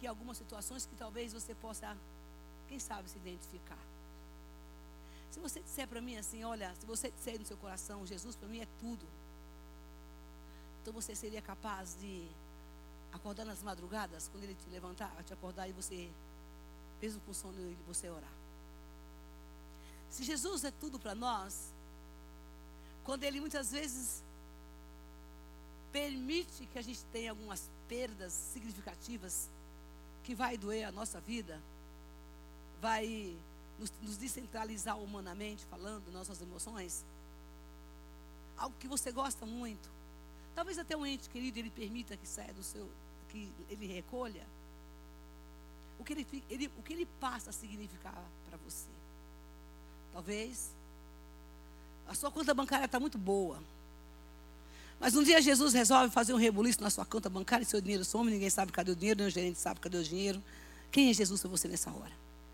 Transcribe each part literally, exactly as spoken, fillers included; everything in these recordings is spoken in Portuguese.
algumas situações que talvez você possa, quem sabe, se identificar. Se você disser para mim assim, olha, se você disser no seu coração, Jesus para mim é tudo, então você seria capaz de acordar nas madrugadas, quando Ele te levantar, te acordar e você, mesmo com sono, você orar. Se Jesus é tudo para nós, quando Ele muitas vezes permite que a gente tenha algumas perdas significativas, que vai doer a nossa vida, vai nos, nos descentralizar humanamente, falando, nossas emoções, algo que você gosta muito, talvez até um ente querido, Ele permita que saia do seu, que Ele recolha, o que Ele, ele, o que ele passa a significar para você. Talvez a sua conta bancária está muito boa, mas um dia Jesus resolve fazer um rebuliço na sua conta bancária e seu dinheiro some, ninguém sabe cadê o dinheiro, nem o gerente sabe cadê o dinheiro. Quem é Jesus para você nessa hora?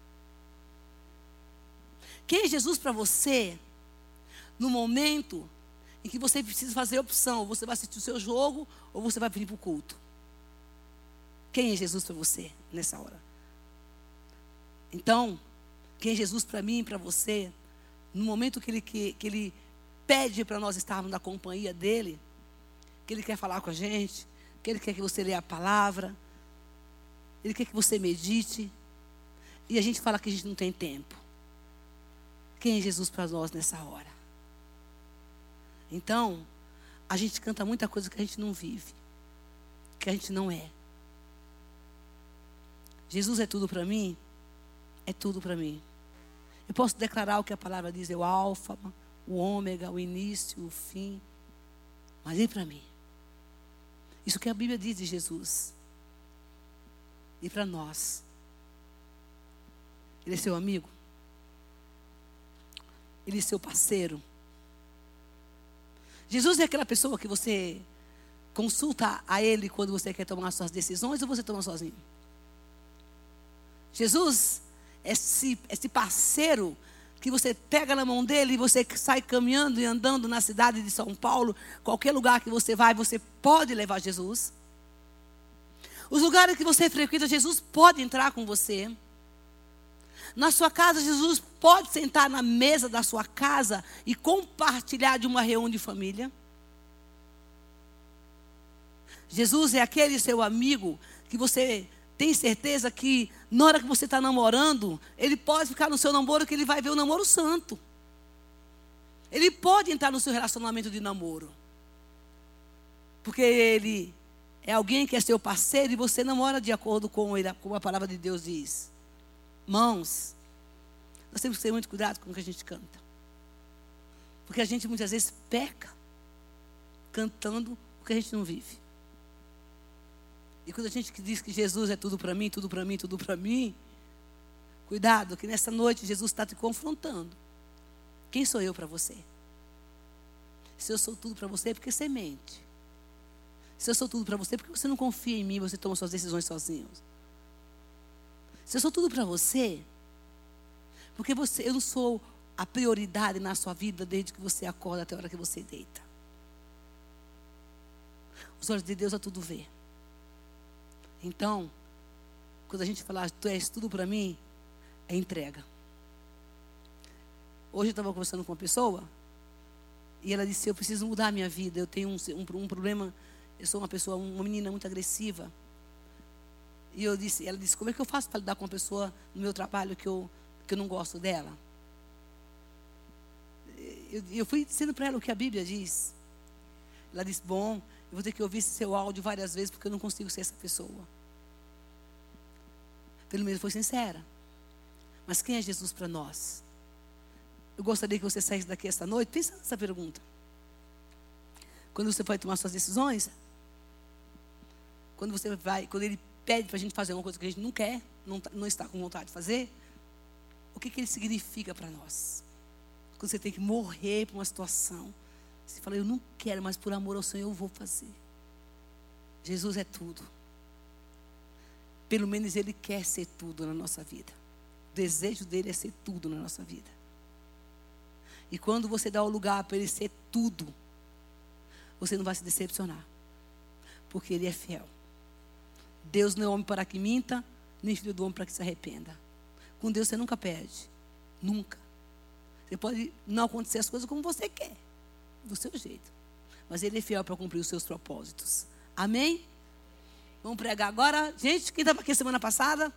Quem é Jesus para você no momento em que você precisa fazer opção? Você vai assistir o seu jogo ou você vai vir para o culto? Quem é Jesus para você nessa hora? Então, quem é Jesus para mim e para você, no momento que Ele, que, que ele pede para nós estarmos na companhia dEle, que Ele quer falar com a gente, que Ele quer que você leia a palavra, Ele quer que você medite, e a gente fala que a gente não tem tempo. Quem é Jesus para nós nessa hora? Então, a gente canta muita coisa que a gente não vive, que a gente não é. Jesus é tudo para mim? É tudo para mim. Eu posso declarar o que a palavra diz, é o alfa, o ômega, o início, o fim. Mas e para mim? Isso que a Bíblia diz de Jesus. E para nós? Ele é seu amigo? Ele é seu parceiro? Jesus é aquela pessoa que você consulta a Ele quando você quer tomar suas decisões ou você toma sozinho? Jesus é esse, esse parceiro que você pega na mão dele e você sai caminhando e andando na cidade de São Paulo, qualquer lugar que você vai, você pode levar Jesus. Os lugares que você frequenta, Jesus pode entrar com você. Na sua casa, Jesus pode sentar na mesa da sua casa e compartilhar de uma reunião de família. Jesus é aquele seu amigo que você tem certeza que na hora que você está namorando, Ele pode ficar no seu namoro que Ele vai ver o namoro santo. Ele pode entrar no seu relacionamento de namoro. Porque Ele é alguém que é seu parceiro e você namora de acordo com ele, como a palavra de Deus diz. Mãos, nós temos que ter muito cuidado com o que a gente canta. Porque a gente muitas vezes peca cantando o que a gente não vive. E quando a gente diz que Jesus é tudo para mim, tudo para mim, tudo para mim, cuidado, que nessa noite Jesus está te confrontando. Quem sou eu para você? Se eu sou tudo para você, é porque você mente. Se eu sou tudo para você, é porque você não confia em mim, você toma suas decisões sozinho. Se eu sou tudo para você, porque você, eu não sou a prioridade na sua vida desde que você acorda até a hora que você deita. Os olhos de Deus a tudo vê. Então, quando a gente falar, tu és tudo para mim, é entrega. Hoje eu estava conversando com uma pessoa, e ela disse, eu preciso mudar a minha vida, eu tenho um, um, um problema, eu sou uma pessoa, uma menina muito agressiva. E eu disse, ela disse, como é que eu faço para lidar com uma pessoa no meu trabalho que eu, que eu não gosto dela? Eu, eu fui dizendo para ela o que a Bíblia diz. Ela disse, bom, eu vou ter que ouvir esse seu áudio várias vezes porque eu não consigo ser essa pessoa. Pelo menos foi sincera. Mas quem é Jesus para nós? Eu gostaria que você saísse daqui esta noite pensando nessa pergunta. Quando você vai tomar suas decisões, quando você vai, quando Ele pede para a gente fazer uma coisa que a gente não quer, não, não está com vontade de fazer, o que, que Ele significa para nós? Quando você tem que morrer por uma situação, você fala, eu não quero, mas por amor ao Senhor eu vou fazer. Jesus é tudo. Pelo menos Ele quer ser tudo na nossa vida. O desejo dEle é ser tudo na nossa vida. E quando você dá o lugar para Ele ser tudo, você não vai se decepcionar. Porque Ele é fiel. Deus não é homem para que minta, nem filho do homem para que se arrependa. Com Deus você nunca perde. Nunca. Você pode não acontecer as coisas como você quer, do seu jeito. Mas Ele é fiel para cumprir os seus propósitos. Amém? Vamos pregar agora. Gente, quem estava aqui semana passada?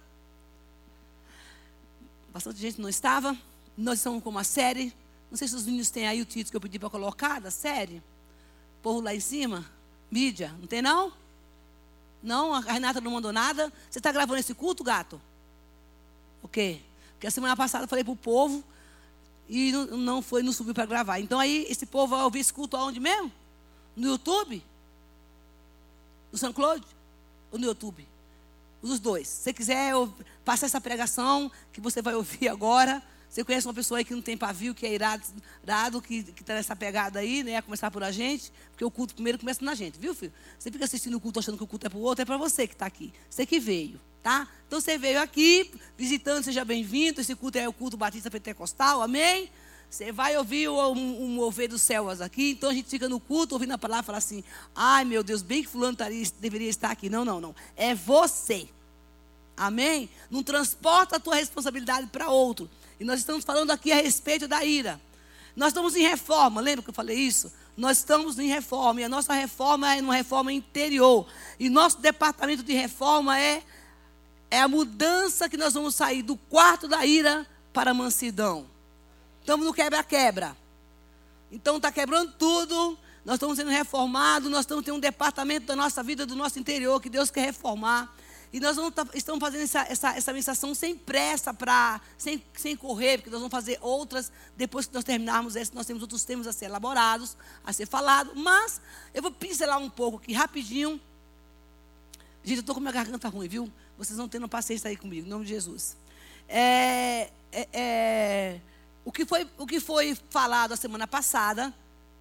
Bastante gente não estava. Nós estamos com uma série. Não sei se os meninos têm aí o título que eu pedi para colocar da série. Povo lá em cima. Mídia. Não tem não? Não? A Renata não mandou nada. Você está gravando esse culto, gato? O quê? Porque a semana passada eu falei para o povo e não, não foi, não subiu para gravar. Então aí esse povo vai ouvir esse culto aonde mesmo? No YouTube? No SoundCloud? Ou no YouTube? Os dois. Se você quiser passar essa pregação que você vai ouvir agora. Você conhece uma pessoa aí que não tem pavio, que é irado, irado que está nessa pegada aí, né? A começar por a gente. Porque o culto primeiro começa na gente, viu, filho? Você fica assistindo o culto achando que o culto é para o outro, é para você que está aqui. Você que veio, tá? Então você veio aqui, visitando, seja bem-vindo. Esse culto é o culto batista pentecostal, amém? Você vai ouvir o, um, um mover dos céus aqui. Então a gente fica no culto, ouvindo a palavra e fala assim: ai meu Deus, bem que fulano taria, deveria estar aqui. Não, não, não. É você. Amém? Não transporta a tua responsabilidade para outro. E nós estamos falando aqui a respeito da ira. Nós estamos em reforma, lembra que eu falei isso? Nós estamos em reforma, e a nossa reforma é uma reforma interior. E nosso departamento de reforma é, é a mudança que nós vamos sair do quarto da ira para a mansidão. Estamos no quebra-quebra. Então está quebrando tudo, nós estamos sendo reformados, nós estamos tendo um departamento da nossa vida, do nosso interior, que Deus quer reformar. E nós vamos, estamos fazendo essa, essa, essa ministração sem pressa, pra, sem, sem correr, porque nós vamos fazer outras, depois que nós terminarmos essa, nós temos outros temas a ser elaborados, a ser falados. Mas eu vou pincelar um pouco aqui, rapidinho. Gente, eu estou com minha garganta ruim, viu? Vocês não tendo paciência aí comigo, em nome de Jesus. É, é, é, o, que foi, o que foi falado a semana passada,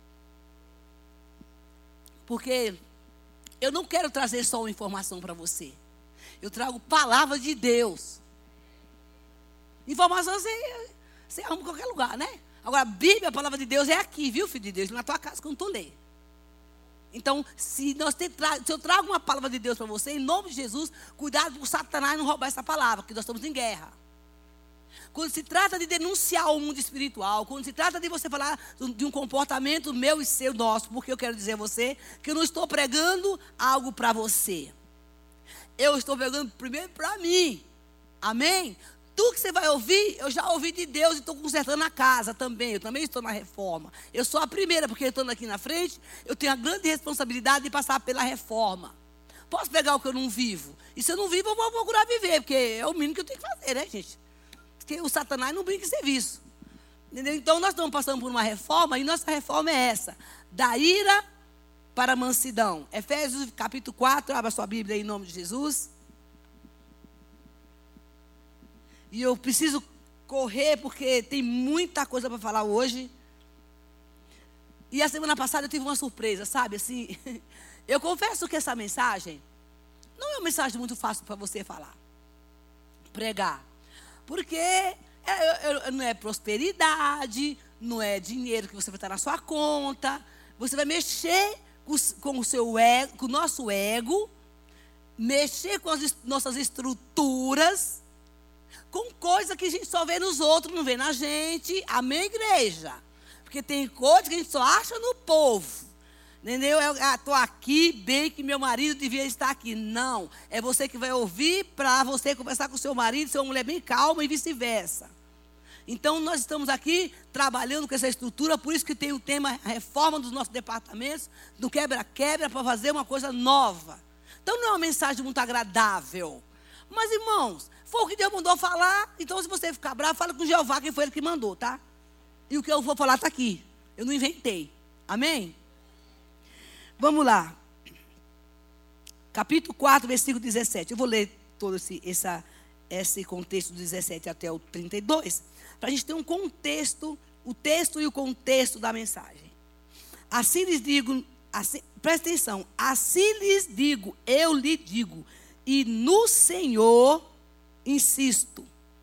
porque eu não quero trazer só uma informação para você. Eu trago palavra de Deus. Informação você, você arruma em qualquer lugar, né? Agora, a Bíblia, a palavra de Deus é aqui, viu, filho de Deus? Na tua casa, quando tu lê. Então, se, nós tem, se eu trago uma palavra de Deus para você, em nome de Jesus, cuidado para o Satanás não roubar essa palavra, porque nós estamos em guerra. Quando se trata de denunciar o mundo espiritual, quando se trata de você falar de um comportamento meu e seu, nosso, porque eu quero dizer a você que eu não estou pregando algo para você. Eu estou pegando primeiro para mim. Amém? Tudo que você vai ouvir, eu já ouvi de Deus e estou consertando a casa também. Eu também estou na reforma. Eu sou a primeira, porque eu estou aqui na frente, eu tenho a grande responsabilidade de passar pela reforma. Posso pegar o que eu não vivo? E se eu não vivo, eu vou procurar viver, porque é o mínimo que eu tenho que fazer, né, gente? Porque o Satanás não brinca em serviço. Entendeu? Então, nós estamos passando por uma reforma, e nossa reforma é essa. Da ira para a mansidão. Efésios capítulo quatro, abra sua Bíblia aí, em nome de Jesus. E eu preciso correr porque tem muita coisa para falar hoje. E a semana passada eu tive uma surpresa, sabe? Assim, eu confesso que essa mensagem não é uma mensagem muito fácil para você falar, pregar. Porque é, é, não é prosperidade, não é dinheiro que você vai estar na sua conta. Você vai mexer com o seu ego, com o nosso ego, mexer com as nossas estruturas, com coisa que a gente só vê nos outros, não vê na gente. Amém, igreja? Porque tem coisa que a gente só acha no povo. Entendeu? Eu estou aqui, bem que meu marido devia estar aqui. Não, é você que vai ouvir para você conversar com o seu marido, ser uma mulher bem calma e vice-versa. Então, nós estamos aqui trabalhando com essa estrutura, por isso que tem o tema reforma dos nossos departamentos, do quebra-quebra, para fazer uma coisa nova. Então, não é uma mensagem muito agradável. Mas, irmãos, foi o que Deus mandou falar, então se você ficar bravo, fala com Jeová, que foi ele que mandou, tá? E o que eu vou falar está aqui. Eu não inventei. Amém? Vamos lá. Capítulo quatro, versículo dezessete. Eu vou ler todo esse, essa, esse contexto do dezessete até o trinta e dois. Para a gente ter um contexto, o texto e o contexto da mensagem. Assim lhes digo, assim, presta atenção, assim lhes digo, eu lhe digo, e no Senhor insisto,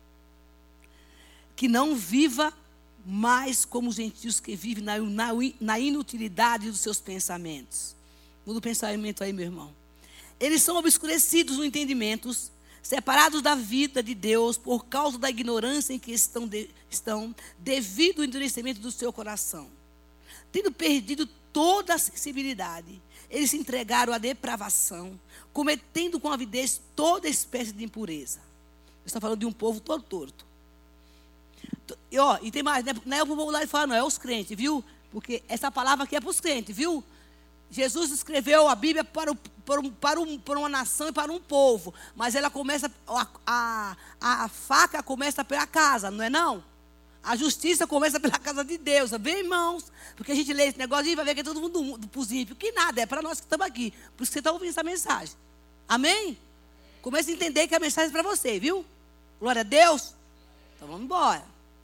que não viva mais como os gentios que vivem na, na, na inutilidade dos seus pensamentos. Muda o pensamento aí, meu irmão. Eles são obscurecidos no entendimento, separados da vida de Deus por causa da ignorância em que estão, de, estão devido ao endurecimento do seu coração. Tendo perdido toda a sensibilidade, eles se entregaram à depravação, cometendo com avidez toda espécie de impureza. Eu estou falando de um povo todo torto. E, ó, e tem mais, não é o povo lá de fora, não, é os crentes, viu? Porque essa palavra aqui é para os crentes, viu? Jesus escreveu a Bíblia para, o, para, um, para, um, para uma nação e para um povo. Mas ela começa, a, a, a faca começa pela casa, não é não? A justiça começa pela casa de Deus, bem, irmãos? Porque a gente lê esse negócio e vai ver que é todo mundo do ímpio. Que nada, é para nós que estamos aqui. Por isso que você está ouvindo essa mensagem. Amém? Comece a entender que a mensagem é para você, viu? Glória a Deus. Então vamos embora.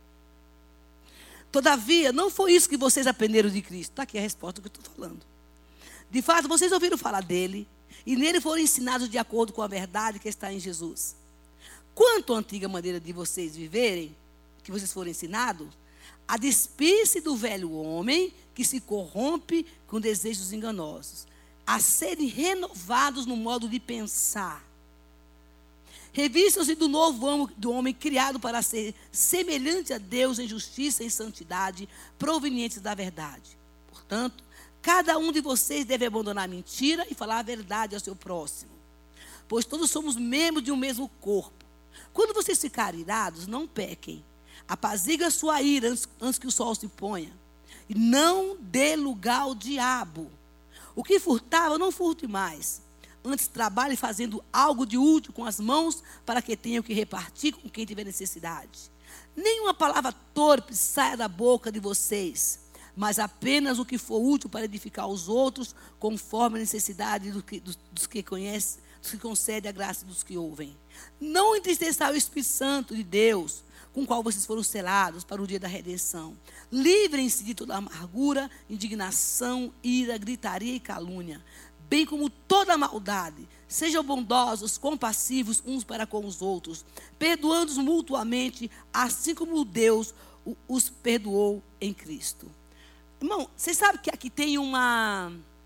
Todavia, não foi isso que vocês aprenderam de Cristo. Está aqui a resposta do que eu estou falando. De fato, vocês ouviram falar dele, e nele foram ensinados de acordo com a verdade que está em Jesus. Quanto à antiga maneira de vocês viverem, que vocês foram ensinados, a despir-se do velho homem que se corrompe com desejos enganosos, a serem renovados no modo de pensar. Revistam-se do novo homem, do homem criado para ser semelhante a Deus em justiça e santidade, provenientes da verdade. Portanto, cada um de vocês deve abandonar a mentira e falar a verdade ao seu próximo. Pois todos somos membros de um mesmo corpo. Quando vocês ficarem irados, não pequem. Apazigue a sua ira antes, antes que o sol se ponha. E não dê lugar ao diabo. O que furtava, não furte mais. Antes trabalhe fazendo algo de útil com as mãos, para que tenham que repartir com quem tiver necessidade. Nenhuma palavra torpe saia da boca de vocês, mas apenas o que for útil para edificar os outros, conforme a necessidade do que, dos, dos que conhecem, dos que concede a graça dos que ouvem. Não entristeçam o Espírito Santo de Deus, com o qual vocês foram selados para o dia da redenção. Livrem-se de toda amargura, indignação, ira, gritaria e calúnia, bem como toda maldade. Sejam bondosos, compassivos uns para com os outros, perdoando-os mutuamente, assim como Deus os perdoou em Cristo. Irmão, você sabe que aqui tem uma,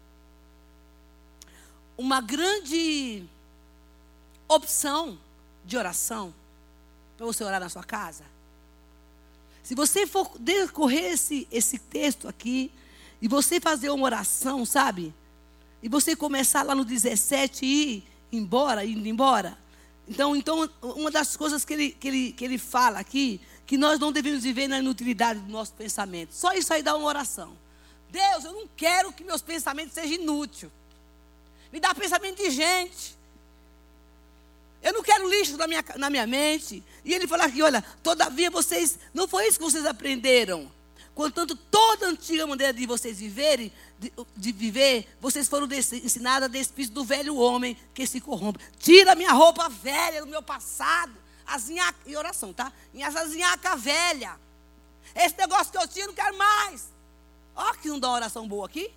uma grande opção de oração para você orar na sua casa? Se você for decorrer esse, esse texto aqui, e você fazer uma oração, sabe? E você começar lá no dezessete e ir embora, indo embora. Então, então uma das coisas que ele, que, ele, que ele fala aqui, que nós não devemos viver na inutilidade do nosso pensamento. Só isso aí dá uma oração. Deus, eu não quero que meus pensamentos sejam inúteis. Me dá pensamento de gente. Eu não quero lixo na minha, na minha mente. E ele fala aqui, olha, todavia vocês, não foi isso que vocês aprenderam. Contanto, toda a antiga maneira de vocês viverem, de, de viver, vocês foram ensinados a despir do velho homem que se corrompe. Tira a minha roupa velha do meu passado. As nhaca, e oração, tá? E as nhaca velha. Esse negócio que eu tinha, eu não quero mais. Ó, que não dá uma oração boa aqui.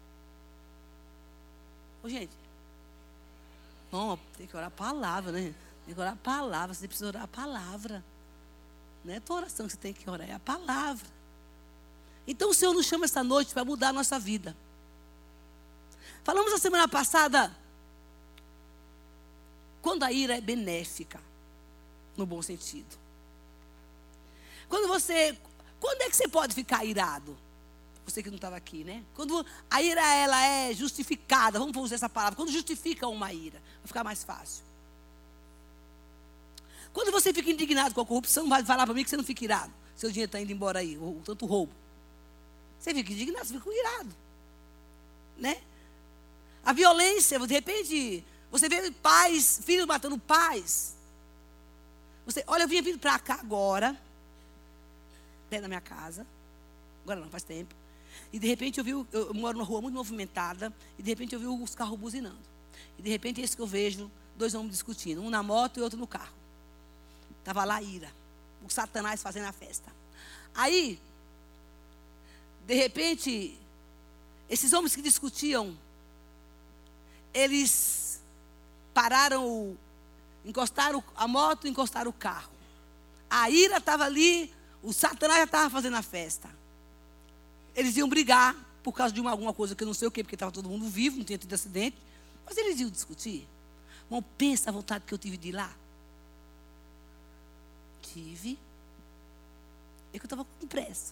Ô, gente. Não, tem que orar a palavra, né? Tem que orar a palavra. Você precisa orar a palavra. Não é a tua oração que você tem que orar, é a palavra. Então o Senhor nos chama esta noite para mudar a nossa vida. Falamos a semana passada, quando a ira é benéfica, no bom sentido. Quando você, quando é que você pode ficar irado? Você que não estava aqui, né? Quando a ira ela é justificada, vamos usar essa palavra, quando justifica uma ira, vai ficar mais fácil. Quando você fica indignado com a corrupção, vai falar para mim que você não fica irado. Seu dinheiro está indo embora aí, ou tanto roubo. Você fica indignado, você fica irado. Né? A violência, de repente, você vê pais, filhos matando pais. Você, olha, eu vim vindo para cá agora, perto da minha casa. Agora não, faz tempo. E de repente eu vi, eu, eu moro numa rua muito movimentada, e de repente eu vi os carros buzinando. E de repente é isso que eu vejo, dois homens discutindo, um na moto e outro no carro. Estava lá a ira, o Satanás fazendo a festa. Aí, de repente, esses homens que discutiam, eles pararam, encostaram a moto, encostaram o carro. A ira estava ali, o Satanás já estava fazendo a festa. Eles iam brigar por causa de uma, alguma coisa que eu não sei o quê, porque estava todo mundo vivo, não tinha tido acidente. Mas eles iam discutir. Irmão, pensa a vontade que eu tive de ir lá. Tive. É que eu estava com pressa.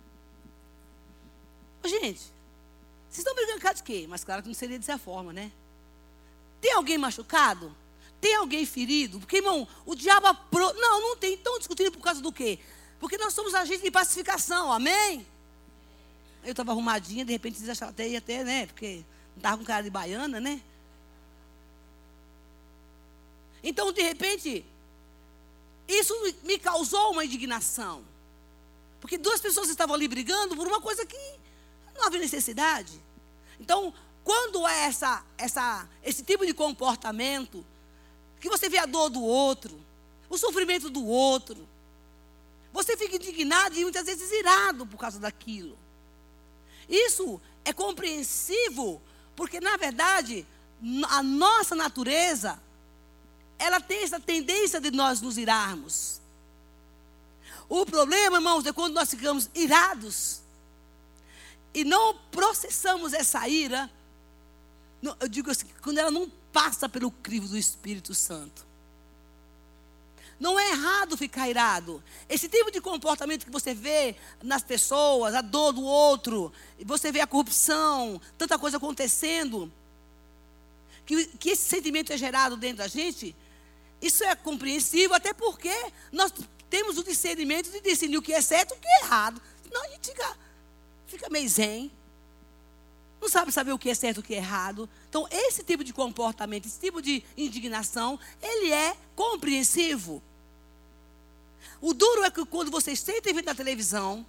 Ô, gente, vocês estão brigando por causa de quê? Mas claro que não seria dessa forma, né? Tem alguém machucado? Tem alguém ferido? Porque, irmão, o diabo apro... Não, não tem. Estão discutindo por causa do quê? Porque nós somos agentes de pacificação, amém? Eu estava arrumadinha, de repente vocês acharam até, até, né? Porque não estava com cara de baiana, né? Então, de repente, isso me causou uma indignação. Porque duas pessoas estavam ali brigando por uma coisa que não havia necessidade. Então, quando é essa, essa, esse tipo de comportamento, que você vê a dor do outro, o sofrimento do outro, você fica indignado e muitas vezes irado por causa daquilo. Isso é compreensivo, porque, na verdade, a nossa natureza, ela tem essa tendência de nós nos irarmos. O problema, irmãos, é quando nós ficamos irados e não processamos essa ira. Eu digo assim, quando ela não passa pelo crivo do Espírito Santo. Não é errado ficar irado. Esse tipo de comportamento que você vê nas pessoas, a dor do outro, você vê a corrupção, tanta coisa acontecendo, que, que esse sentimento é gerado dentro da gente, isso é compreensível, até porque nós temos o discernimento de discernir o que é certo e o que é errado. Senão a gente fica, fica meio zen. Não sabe saber o que é certo e o que é errado. Então, esse tipo de comportamento, esse tipo de indignação, ele é compreensivo. O duro é que quando você senta vendo na televisão,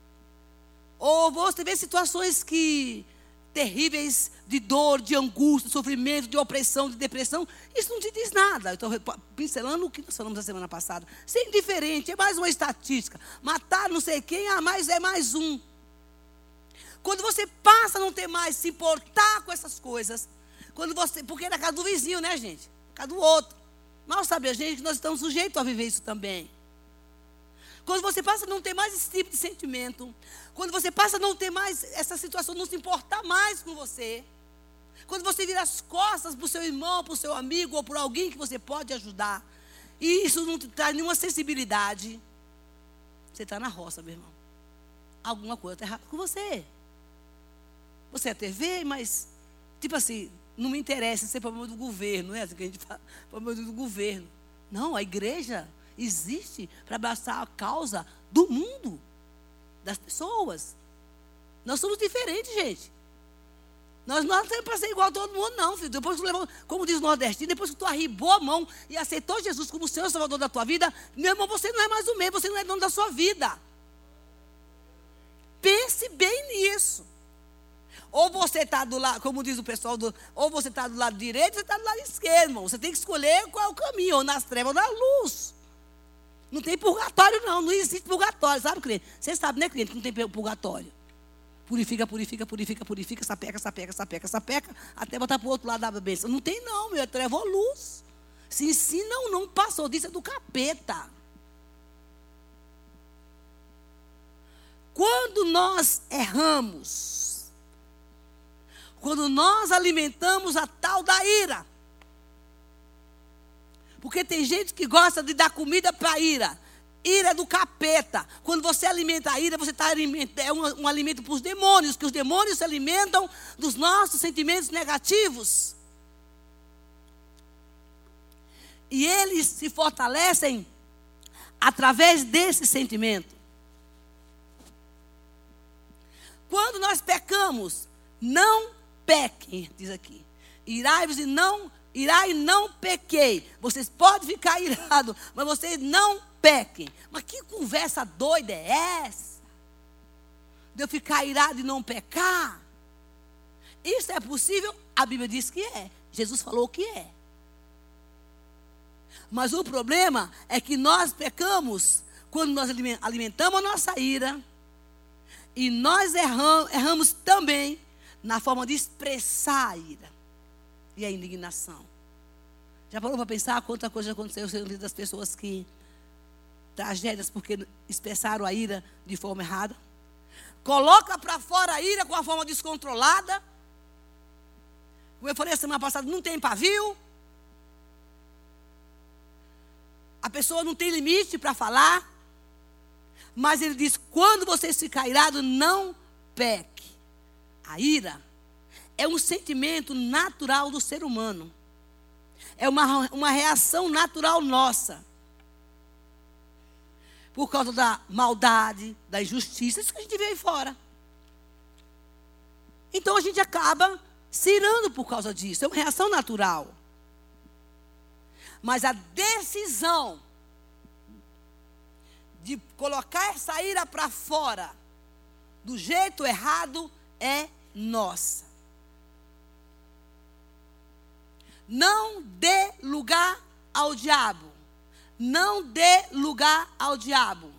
ou você vê situações que terríveis de dor, de angústia, de sofrimento, de opressão, de depressão, isso não te diz nada. Eu estou pincelando o que nós falamos na semana passada. Isso é indiferente, é mais uma estatística. Matar não sei quem, ah, mas é mais um. Quando você passa a não ter mais, se importar com essas coisas, quando você, porque é na casa do vizinho, né, gente? Na casa do outro. Mal sabe a gente que nós estamos sujeitos a viver isso também. Quando você passa a não ter mais esse tipo de sentimento, quando você passa a não ter mais essa situação, não se importar mais com você, quando você vira as costas para o seu irmão, para o seu amigo ou por alguém que você pode ajudar, e isso não te traz nenhuma sensibilidade, você está na roça, meu irmão. Alguma coisa está errada com você. Você é T V, mas, tipo assim, não me interessa ser problema do governo, não é assim que a gente fala, problema do governo. Não, a igreja existe para abraçar a causa do mundo, das pessoas. Nós somos diferentes, gente. Nós não temos para ser igual a todo mundo, não, filho. Depois que tu levou, como diz o nordestino, depois que tu arribou a mão e aceitou Jesus como o Senhor e Salvador da tua vida, meu irmão, você não é mais o mesmo, você não é dono da sua vida. Pense bem nisso. Ou você está do lado, como diz o pessoal, do, ou você está do lado direito, ou você está do lado esquerdo, irmão. Você tem que escolher qual é o caminho, ou nas trevas ou na luz. Não tem purgatório, não. Não existe purgatório, sabe, cliente? Você sabe, né, cliente, que não tem purgatório. Purifica, purifica, purifica, purifica, sapeca, sapeca, sapeca, sapeca, até botar para o outro lado da bênção. Não tem, não, meu. É treva ou luz. Se ensina ou não passou disso, é do capeta. Quando nós erramos, quando nós alimentamos a tal da ira, porque tem gente que gosta de dar comida para a ira. Ira é do capeta. Quando você alimenta a ira, você está alimentando, é um, um alimento para os demônios, que os demônios se alimentam dos nossos sentimentos negativos. E eles se fortalecem através desse sentimento. Quando nós pecamos, não pequem, diz aqui. Irai-vos e não, irai e não pequei. Vocês podem ficar irados, mas vocês não pequem. Mas que conversa doida é essa? De eu ficar irado e não pecar? Isso é possível? A Bíblia diz que é. Jesus falou que é. Mas o problema é que nós pecamos quando nós alimentamos a nossa ira. E nós erramos, erramos também na forma de expressar a ira e a indignação. Já parou para pensar quanta coisa aconteceu na vida das pessoas que... tragédias porque expressaram a ira de forma errada? Coloca para fora a ira com a forma descontrolada. Como eu falei a semana passada, não tem pavio. A pessoa não tem limite para falar. Mas ele diz, quando você ficar irado, não peque. A ira é um sentimento natural do ser humano. É uma, uma reação natural nossa. Por causa da maldade, da injustiça, isso que a gente vê aí fora. Então a gente acaba se irando por causa disso. É uma reação natural. Mas a decisão de colocar essa ira para fora do jeito errado é nossa. Não dê lugar ao diabo. Não dê lugar ao diabo.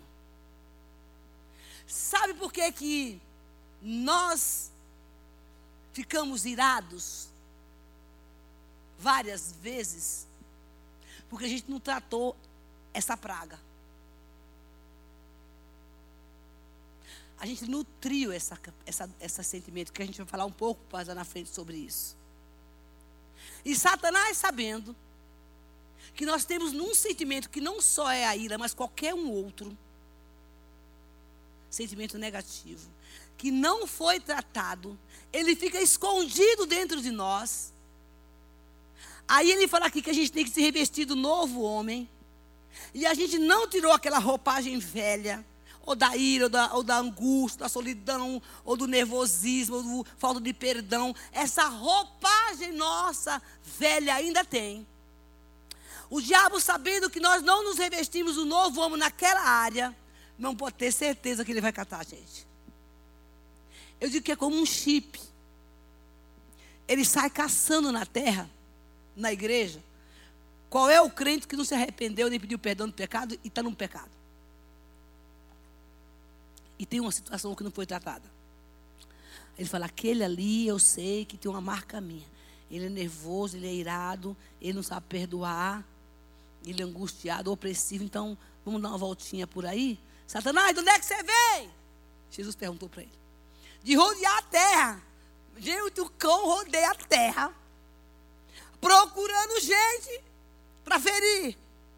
Sabe por que que nós ficamos irados várias vezes? Porque a gente não tratou essa praga. A gente nutriu essa, essa, esse sentimento, que a gente vai falar um pouco mais lá na frente sobre isso. E Satanás, sabendo que nós temos um sentimento que não só é a ira, mas qualquer um outro, sentimento negativo, que não foi tratado, ele fica escondido dentro de nós. Aí ele fala aqui que a gente tem que se revestir do novo homem, e a gente não tirou aquela roupagem velha, ou da ira, ou da, ou da angústia, da solidão, ou do nervosismo, ou do falta de perdão. Essa roupagem nossa, velha, ainda tem. O diabo, sabendo que nós não nos revestimos do novo homem naquela área, não pode ter certeza que ele vai catar a gente. Eu digo que é como um chip. Ele sai caçando na terra, na igreja. Qual é o crente que não se arrependeu, nem pediu perdão do pecado e está no pecado? E tem uma situação que não foi tratada. Ele fala, aquele ali eu sei que tem uma marca minha. Ele é nervoso, ele é irado, ele não sabe perdoar, ele é angustiado, opressivo. Então, vamos dar uma voltinha por aí? Satanás, de onde é que você vem? Jesus perguntou para ele. De rodear a terra. Gente, o cão rodeia a terra, procurando gente para ferir.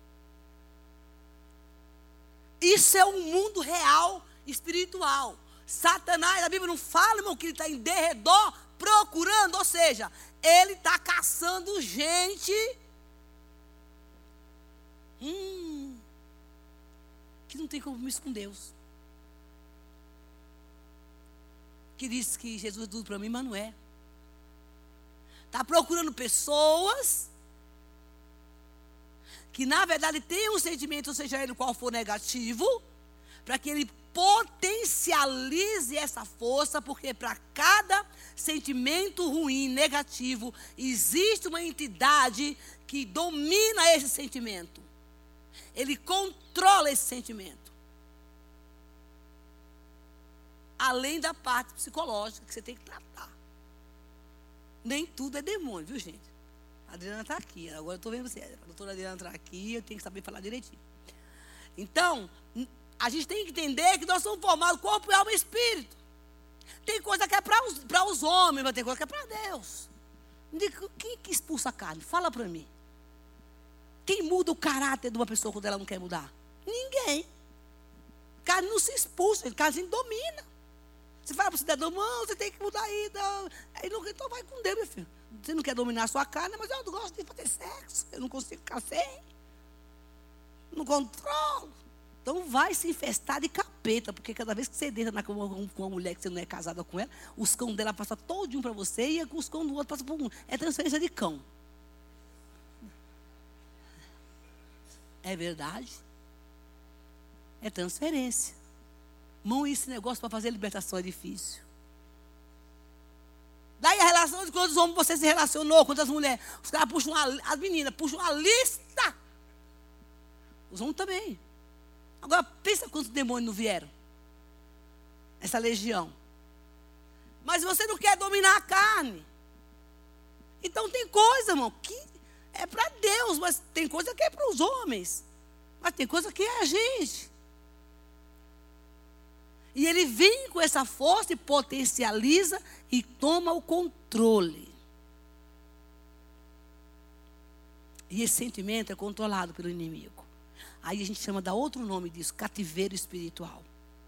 Isso é um mundo real, espiritual. Satanás, a Bíblia não fala, irmão, que ele está em derredor procurando, ou seja, ele está caçando gente hum, que não tem compromisso com Deus, que diz que Jesus é tudo para mim, mas não é. Está procurando pessoas que na verdade tem um sentimento, seja ele qual for negativo, para que ele potencialize essa força, porque para cada sentimento ruim, negativo, existe uma entidade que domina esse sentimento. Ele controla esse sentimento. Além da parte psicológica que você tem que tratar. Nem tudo é demônio, viu, gente? A Adriana está aqui, agora eu estou vendo você. A doutora Adriana está aqui, eu tenho que saber falar direitinho. Então, a gente tem que entender que nós somos formados corpo, alma e espírito. Tem coisa que é para os, para os homens, mas tem coisa que é para Deus. Quem que expulsa a carne? Fala para mim. Quem muda o caráter de uma pessoa quando ela não quer mudar? Ninguém. Carne não se expulsa, carne domina. Você fala para o cidadão, não, você tem que mudar aí. Não. Aí não, então vai com Deus, meu filho. Você não quer dominar a sua carne, mas eu gosto de fazer sexo. Eu não consigo ficar sem. Não controlo. Então vai se infestar de capeta, porque cada vez que você deita na cama com uma mulher que você não é casada com ela, os cão dela passam todinho para você e os cão do outro passam por um. É transferência de cão. É verdade? É transferência. Mão, esse negócio para fazer libertação é difícil. Daí a relação de quantos homens você se relacionou, quantas mulheres. Os caras puxam uma, as meninas puxam uma lista. Os homens também. Agora, pensa quantos demônios não vieram. Essa legião. Mas você não quer dominar a carne. Então tem coisa, irmão, que é para Deus, mas tem coisa que é para os homens. Mas tem coisa que é a gente. E ele vem com essa força e potencializa e toma o controle. E esse sentimento é controlado pelo inimigo. Aí a gente chama, dá outro nome disso, cativeiro espiritual.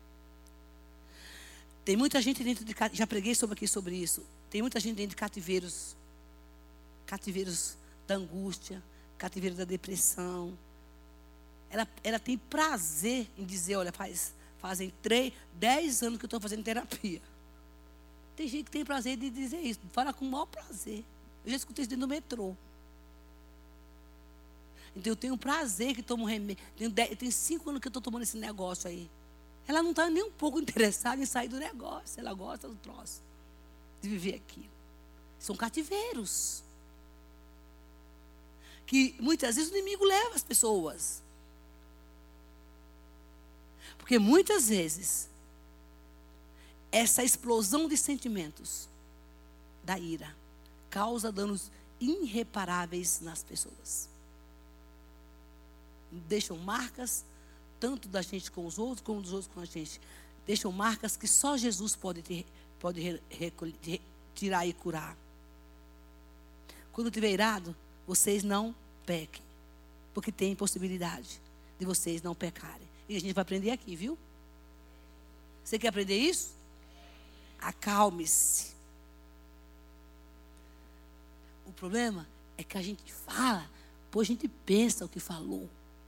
Tem muita gente dentro de, já preguei sobre aqui sobre isso. Tem muita gente dentro de cativeiros, cativeiros da angústia, cativeiro da depressão. Ela, ela tem prazer em dizer, olha, faz, fazem três, dez anos que eu estou fazendo terapia. Tem gente que tem prazer de dizer isso, fala com o maior prazer. Eu já escutei isso dentro do metrô. Então eu tenho prazer que tomo remédio. Tenho, dez, tenho cinco anos que eu estou tomando esse negócio aí. Ela não está nem um pouco interessada em sair do negócio. Ela gosta do troço, de viver aquilo. São cativeiros. Que muitas vezes o inimigo leva as pessoas. Porque muitas vezes, essa explosão de sentimentos da ira causa danos irreparáveis nas pessoas. Deixam marcas, tanto da gente com os outros, como dos outros com a gente. Deixam marcas que só Jesus pode, ter, pode re, re, tirar e curar. Quando estiver irado, vocês não pequem. Porque tem possibilidade de vocês não pecarem. E a gente vai aprender aqui, viu? Você quer aprender isso? Acalme-se. O problema é que a gente fala, depois a gente pensa o que falou.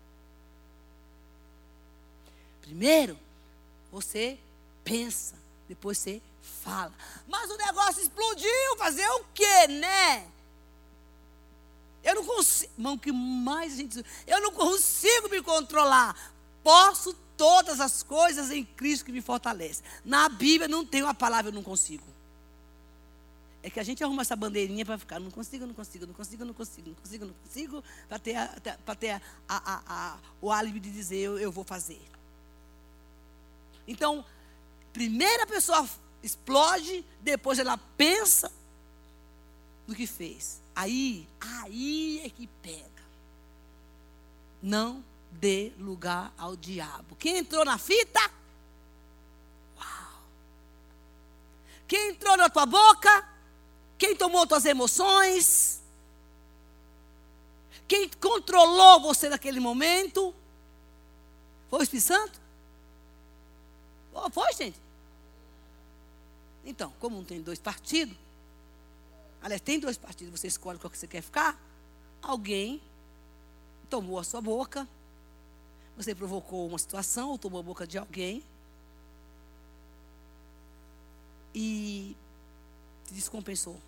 Primeiro, você pensa, depois você fala. Mas o negócio explodiu, fazer o quê, né? Eu não consigo, irmão, que mais a gente... Eu não consigo me controlar. Posso todas as coisas em Cristo que me fortalece. Na Bíblia não tem uma palavra eu não consigo. É que a gente arruma essa bandeirinha para ficar, não consigo, não consigo, não consigo, não consigo, não consigo, não consigo, para ter, a, para ter a, a, a, a, o álibi de dizer eu, eu vou fazer. Então, primeiro a pessoa explode, depois ela pensa no que fez. Aí, aí é que pega. Não dê lugar ao diabo. Quem entrou na fita? Uau! Quem entrou na tua boca? Quem tomou tuas emoções? Quem controlou você naquele momento? Foi o Espírito Santo? Oh, foi, gente? Então, como não tem dois partidos, aliás, tem dois partidos, você escolhe qual que você quer ficar. Alguém tomou a sua boca, você provocou uma situação, ou tomou a boca de alguém, e te descompensou.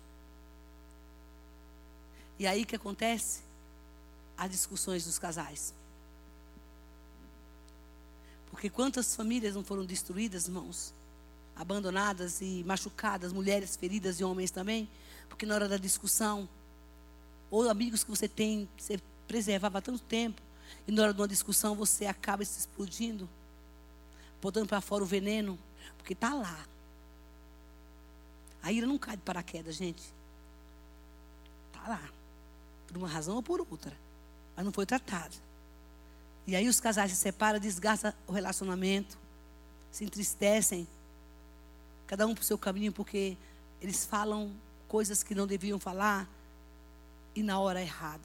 E aí o que acontece? As discussões dos casais. Porque quantas famílias não foram destruídas, irmãos? Abandonadas e machucadas, mulheres feridas e homens também. Porque na hora da discussão, ou amigos que você tem, você preservava há tanto tempo, e na hora de uma discussão você acaba se explodindo, botando para fora o veneno, porque está lá. A ira não cai de paraquedas, gente. Está lá. Por uma razão ou por outra. Mas não foi tratada. E aí os casais se separam, desgastam o relacionamento, se entristecem, cada um para o seu caminho, porque eles falam coisas que não deviam falar e na hora errada.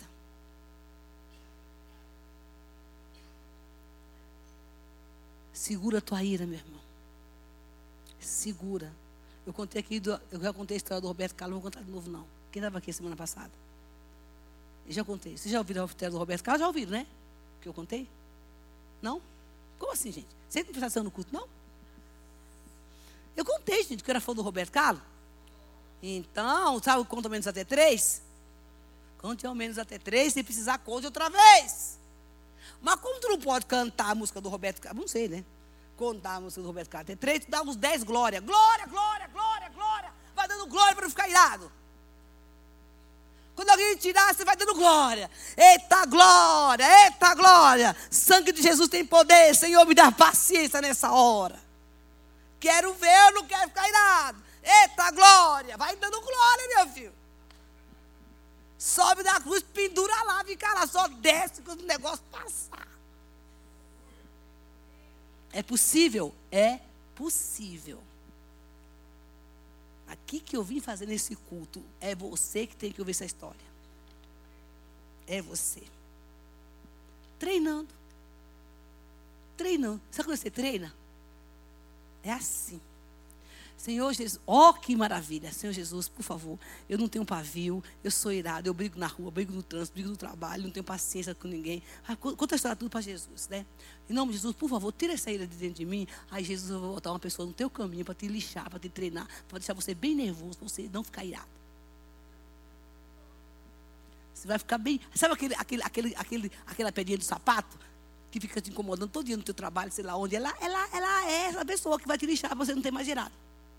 Segura a tua ira, meu irmão. Segura. Eu contei aqui, do, eu já contei a história do Roberto Carlos, não vou contar de novo não. Quem estava aqui semana passada? Eu já contei. Vocês já ouviram a história do Roberto Carlos? Já ouviram, né? Que eu contei? Não? Como assim, gente? Vocês não prestaram no culto, não? Eu contei, gente, que eu era fã do Roberto Carlos. Então, sabe o conta ao menos até três? Conte ao menos até três, se precisar, conte outra vez. Mas como tu não pode cantar a música do Roberto Carlos? Não sei, né? Contar a música do Roberto Carlos até três, tu dá uns dez glória. Glória, glória, glória, glória. Vai dando glória para não ficar irado. Quando alguém tirar, você vai dando glória. Eita glória, eita glória. Sangue de Jesus tem poder. Senhor, me dá paciência nessa hora. Quero ver, eu não quero ficar irado. Eita glória. Vai dando glória, meu filho. Sobe da cruz, pendura lá, fica lá. Só desce quando o negócio passar. É possível? É possível. Aqui que eu vim fazer nesse culto, é você que tem que ouvir essa história. É você. Treinando. Treinando. Sabe quando você treina? É assim. Senhor Jesus, ó, oh, que maravilha. Senhor Jesus, por favor, eu não tenho pavio, eu sou irado, eu brigo na rua, brigo no trânsito, brigo no trabalho, não tenho paciência com ninguém. Ah, conta a história tudo para Jesus, né? Em nome de Jesus, por favor, tira essa ira de dentro de mim. Aí Jesus, eu vou botar uma pessoa no teu caminho para te lixar, para te treinar, para deixar você bem nervoso, para você não ficar irado. Você vai ficar bem... Sabe aquele, aquele, aquele, aquele, aquela pedinha do sapato que fica te incomodando todo dia no teu trabalho, sei lá onde? Ela, ela, ela é essa pessoa que vai te lixar para você não ter mais irado.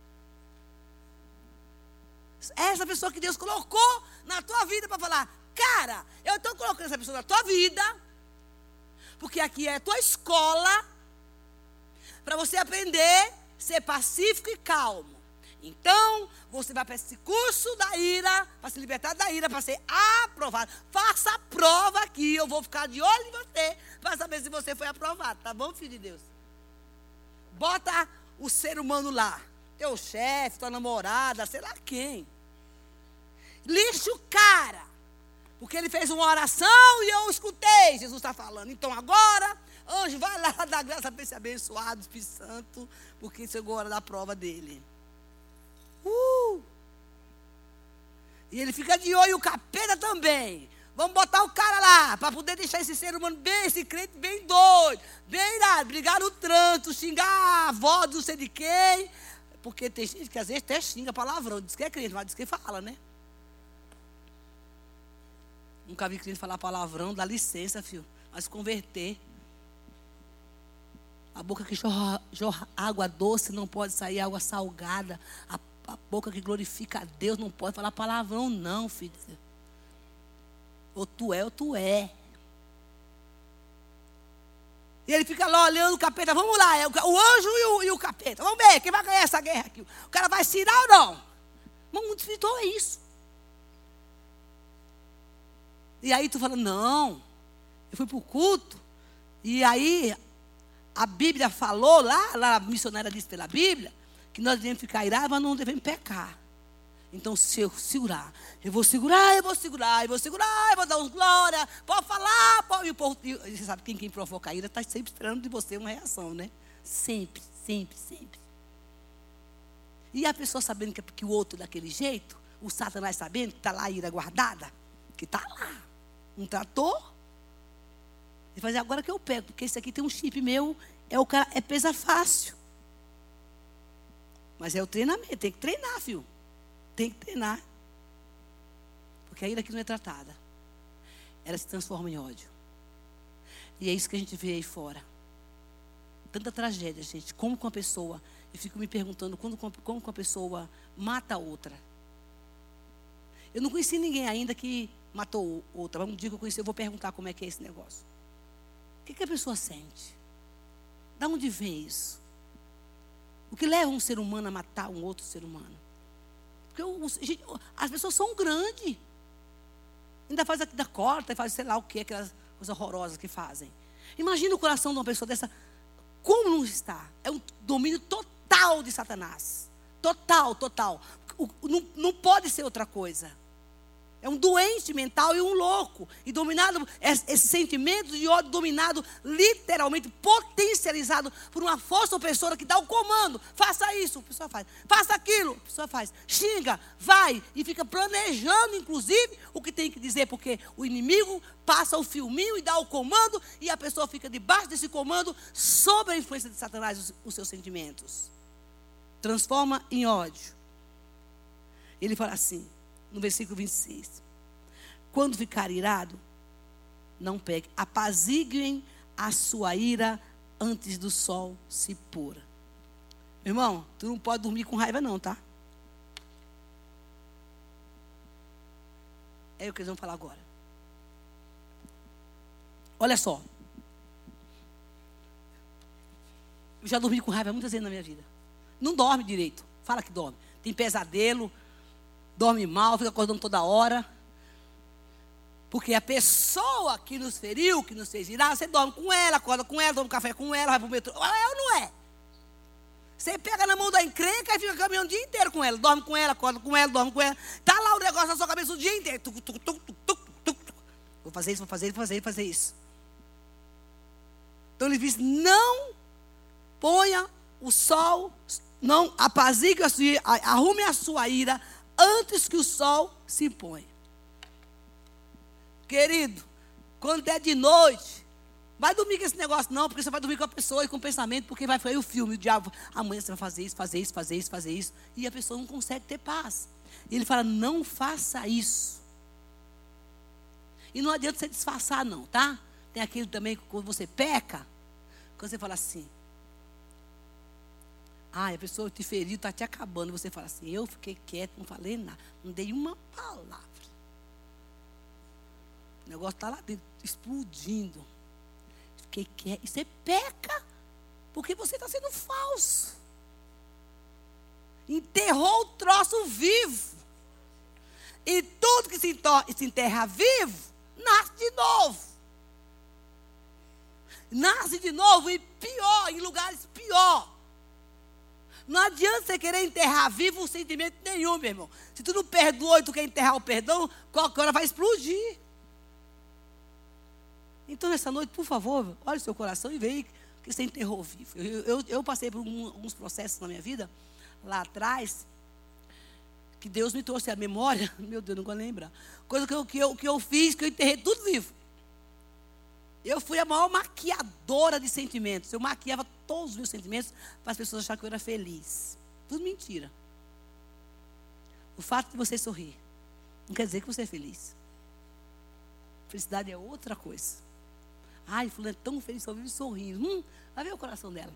Essa pessoa que Deus colocou na tua vida para falar, cara, eu estou colocando essa pessoa na tua vida, porque aqui é a tua escola, para você aprender a ser pacífico e calmo. Então, você vai para esse curso da ira, para se libertar da ira, para ser aprovado. Faça a prova aqui, eu vou ficar de olho em você, para saber se você foi aprovado, tá bom, filho de Deus? Bota o ser humano lá, teu chefe, tua namorada, sei lá quem. Lixa o cara, porque ele fez uma oração e eu escutei, Jesus está falando. Então agora, anjo, vai lá dar graça para esse abençoado Espírito Santo, porque chegou a hora da prova dele. Uh! E ele fica de olho, o capeta também. Vamos botar o cara lá, para poder deixar esse ser humano bem, esse crente bem doido, bem irado, brigar no trânsito, xingar a avó do não sei de quem. Porque tem gente que às vezes até xinga palavrão, diz que é crente, mas diz que fala, né? Nunca vi crente falar palavrão, dá licença, filho, mas converter. A boca que jorra, jorra água doce não pode sair água salgada. A, a boca que glorifica a Deus não pode falar palavrão, não, filho. Ou tu é, ou tu é. E ele fica lá olhando o capeta, vamos lá, é o, o anjo e o, e o capeta. Vamos ver, quem vai ganhar essa guerra aqui? O cara vai se irar ou não? Mas o mundo espiritual é isso. E aí tu fala, não, eu fui para o culto, e aí a Bíblia falou lá, lá a missionária disse pela Bíblia, que nós devemos ficar irados, mas não devemos pecar. Então, se eu segurar, eu vou segurar, eu vou segurar, eu vou segurar, eu vou dar uns glória, pode falar, pode... E o povo, e você sabe que quem, quem provoca a ira está sempre esperando de você uma reação, né? Sempre, sempre, sempre. E a pessoa sabendo que, que o outro é daquele jeito, o Satanás sabendo que está lá a ira guardada, que está lá, um trator, ele faz, agora que eu pego, porque esse aqui tem um chip meu, é, o cara, é pesa fácil. Mas é o treinamento, tem que treinar, filho. Tem que treinar. Porque a ira aqui não é tratada. Ela se transforma em ódio. E é isso que a gente vê aí fora. Tanta tragédia, gente. Como com a pessoa, eu fico me perguntando como, como com a pessoa mata a outra. Eu não conheci ninguém ainda que matou outra. Vamos dizer que eu conheci, eu vou perguntar como é que é esse negócio. O que, que a pessoa sente? Da onde vem isso? O que leva um ser humano a matar um outro ser humano? Porque o, gente, as pessoas são grandes. Ainda faz aqui da corta, faz sei lá o que, aquelas coisas horrorosas que fazem. Imagina o coração de uma pessoa dessa. Como não está? É um domínio total de Satanás. Total, total. O, não, não pode ser outra coisa. É um doente mental e um louco. E dominado, esse sentimento de ódio dominado, literalmente potencializado por uma força opressora que dá o comando. Faça isso, a pessoa faz. Faça aquilo, a pessoa faz. Xinga, vai e fica planejando, inclusive, o que tem que dizer. Porque o inimigo passa o filminho e dá o comando e a pessoa fica debaixo desse comando sob a influência de Satanás, os, os seus sentimentos. Transforma em ódio. Ele fala assim, no versículo vinte e seis. Quando ficar irado, não pegue. Apaziguem a sua ira antes do sol se pôr. Meu irmão, tu não pode dormir com raiva não, tá? É o que eles vão falar agora. Olha só. Eu já dormi com raiva muitas vezes na minha vida. Não dorme direito. Fala que dorme. Tem pesadelo. Dorme mal, fica acordando toda hora. Porque a pessoa que nos feriu, que nos fez virar, você dorme com ela, acorda com ela, toma um café com ela, vai para o metrô. É ou não é? Você pega na mão da encrenca e fica caminhando o dia inteiro com ela. Dorme com ela, acorda com ela, dorme com ela. Está lá o negócio na sua cabeça o dia inteiro. Tuc, tuc, tuc, tuc, tuc, tuc. Vou fazer isso, vou fazer isso, vou fazer isso, vou fazer isso. Então ele diz, não ponha o sol, não apazigue a sua, arrume a sua ira antes que o sol se ponha. Querido, quando é de noite, vai dormir com esse negócio não, porque você vai dormir com a pessoa e com o pensamento, porque vai fazer o filme, o diabo, amanhã você vai fazer isso, fazer isso, fazer isso, fazer isso, e a pessoa não consegue ter paz. E ele fala, não faça isso. E não adianta você disfarçar não, tá? Tem aquele também, quando você peca, quando você fala assim, ah, a pessoa te feriu, está te acabando, você fala assim, eu fiquei quieto, não falei nada, não dei uma palavra. O negócio está lá dentro, explodindo. Fiquei quieto. E você peca, porque você está sendo falso. Enterrou o troço vivo. E tudo que se, se enterra vivo, nasce de novo. Nasce de novo e pior, em lugares pior. Não adianta você querer enterrar vivo um sentimento nenhum, meu irmão. Se tu não perdoou e tu quer enterrar o perdão, qualquer hora vai explodir. Então, nessa noite, por favor, olhe o seu coração e veja que você enterrou vivo. Eu, eu, eu passei por um, alguns processos na minha vida, lá atrás, que Deus me trouxe à memória, meu Deus, não vou lembrar. Coisa que eu, que, eu, que eu fiz, que eu enterrei tudo vivo. Eu fui a maior maquiadora de sentimentos. Eu maquiava todos os meus sentimentos para as pessoas acharem que eu era feliz. Tudo mentira. O fato de você sorrir não quer dizer que você é feliz. Felicidade é outra coisa. Ai, fulano é tão feliz, só vive sorrindo. Hum, vai ver o coração dela.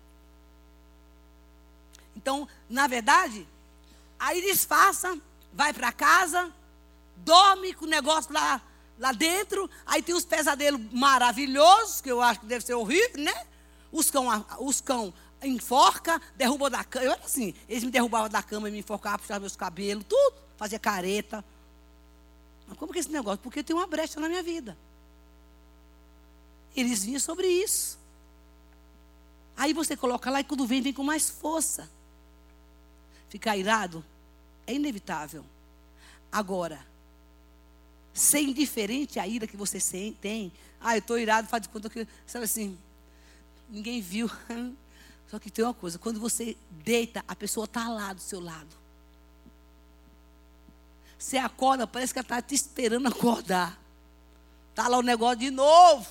Então, na verdade, aí disfarça, vai para casa, dorme com o negócio lá, lá dentro, aí tem os pesadelos maravilhosos, que eu acho que deve ser horrível, né? Os cão, os cão enforca, derruba da cama. Eu era assim, eles me derrubavam da cama e me enforcavam, puxavam meus cabelos, tudo, fazia careta. Mas como que é esse negócio? Porque tem uma brecha na minha vida. Eles vinham sobre isso. Aí você coloca lá e quando vem, vem com mais força. Ficar irado é inevitável. Agora, ser indiferente à ira que você tem. Ah, eu estou irado, faz de conta que, sabe assim, ninguém viu. Só que tem uma coisa, quando você deita, a pessoa está lá do seu lado. Você acorda, parece que ela está te esperando acordar. Está lá o negócio de novo.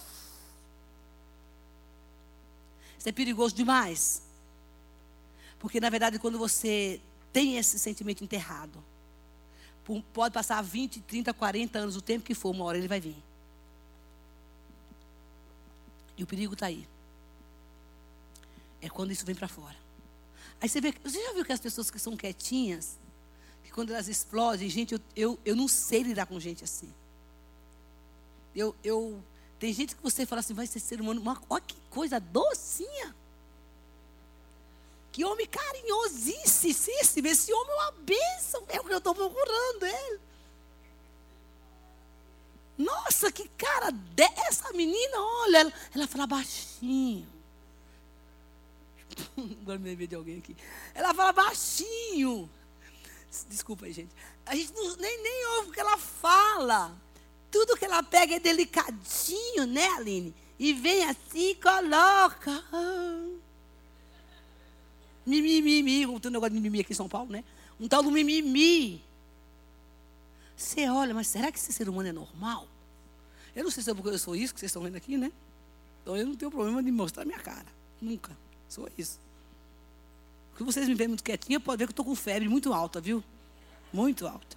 Isso é perigoso demais. Porque, na verdade, quando você tem esse sentimento enterrado, pode passar vinte, trinta, quarenta anos, o tempo que for, uma hora ele vai vir. E o perigo está aí. É quando isso vem para fora. Aí você vê, você já viu que as pessoas que são quietinhas, que quando elas explodem, gente, eu, eu, eu não sei lidar com gente assim. Eu, eu, tem gente que você fala assim, vai ser ser humano, uma, olha que coisa docinha. Que homem carinhosíssimo, esse homem é uma bênção, é o que eu estou procurando ele. Nossa, que cara dessa menina, olha, ela, ela fala baixinho. Agora me lembrei de alguém aqui. Ela fala baixinho. Desculpa aí, gente. A gente não, nem, nem ouve o que ela fala. Tudo que ela pega é delicadinho, né, Aline? E vem assim e coloca. Mimimi, como tem um negócio de mimimi aqui em São Paulo, né? Um tal do mimimi. Você olha, mas será que esse ser humano é normal? Eu não sei se é porque eu sou isso que vocês estão vendo aqui, né? Então eu não tenho problema de mostrar a minha cara. Nunca. Sou isso. Porque vocês me veem muito quietinha, pode ver que eu estou com febre muito alta, viu? Muito alta.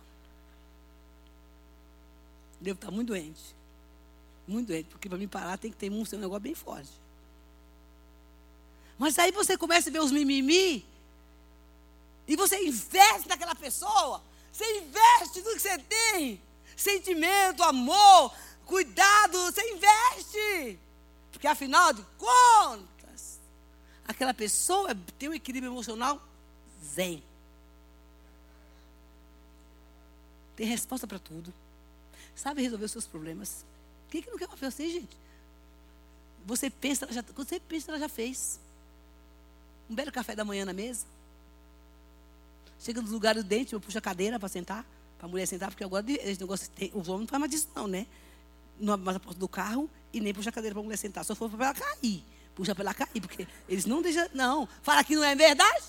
Devo estar muito doente. Muito doente. Porque para me parar tem que ter um, um negócio bem forte. Mas aí você começa a ver os mimimi. E você investe naquela pessoa. Você investe tudo que você tem. Sentimento, amor, cuidado. Você investe. Porque afinal de contas, aquela pessoa tem um equilíbrio emocional zen. Tem resposta para tudo. Sabe resolver os seus problemas. Quem que não quer uma pessoa assim, gente? Você pensa, ela já, quando você pensa, ela já fez. Um belo café da manhã na mesa. Chega nos lugares do dente, eu puxo a cadeira para sentar, para a mulher sentar, porque agora esse negócio tem, os homens não fazem mais disso não, né? não abre mais a porta do carro e nem puxa a cadeira para a mulher sentar. Só for para ela cair. Puxa para ela cair, porque eles não deixam... Não, fala que não é verdade.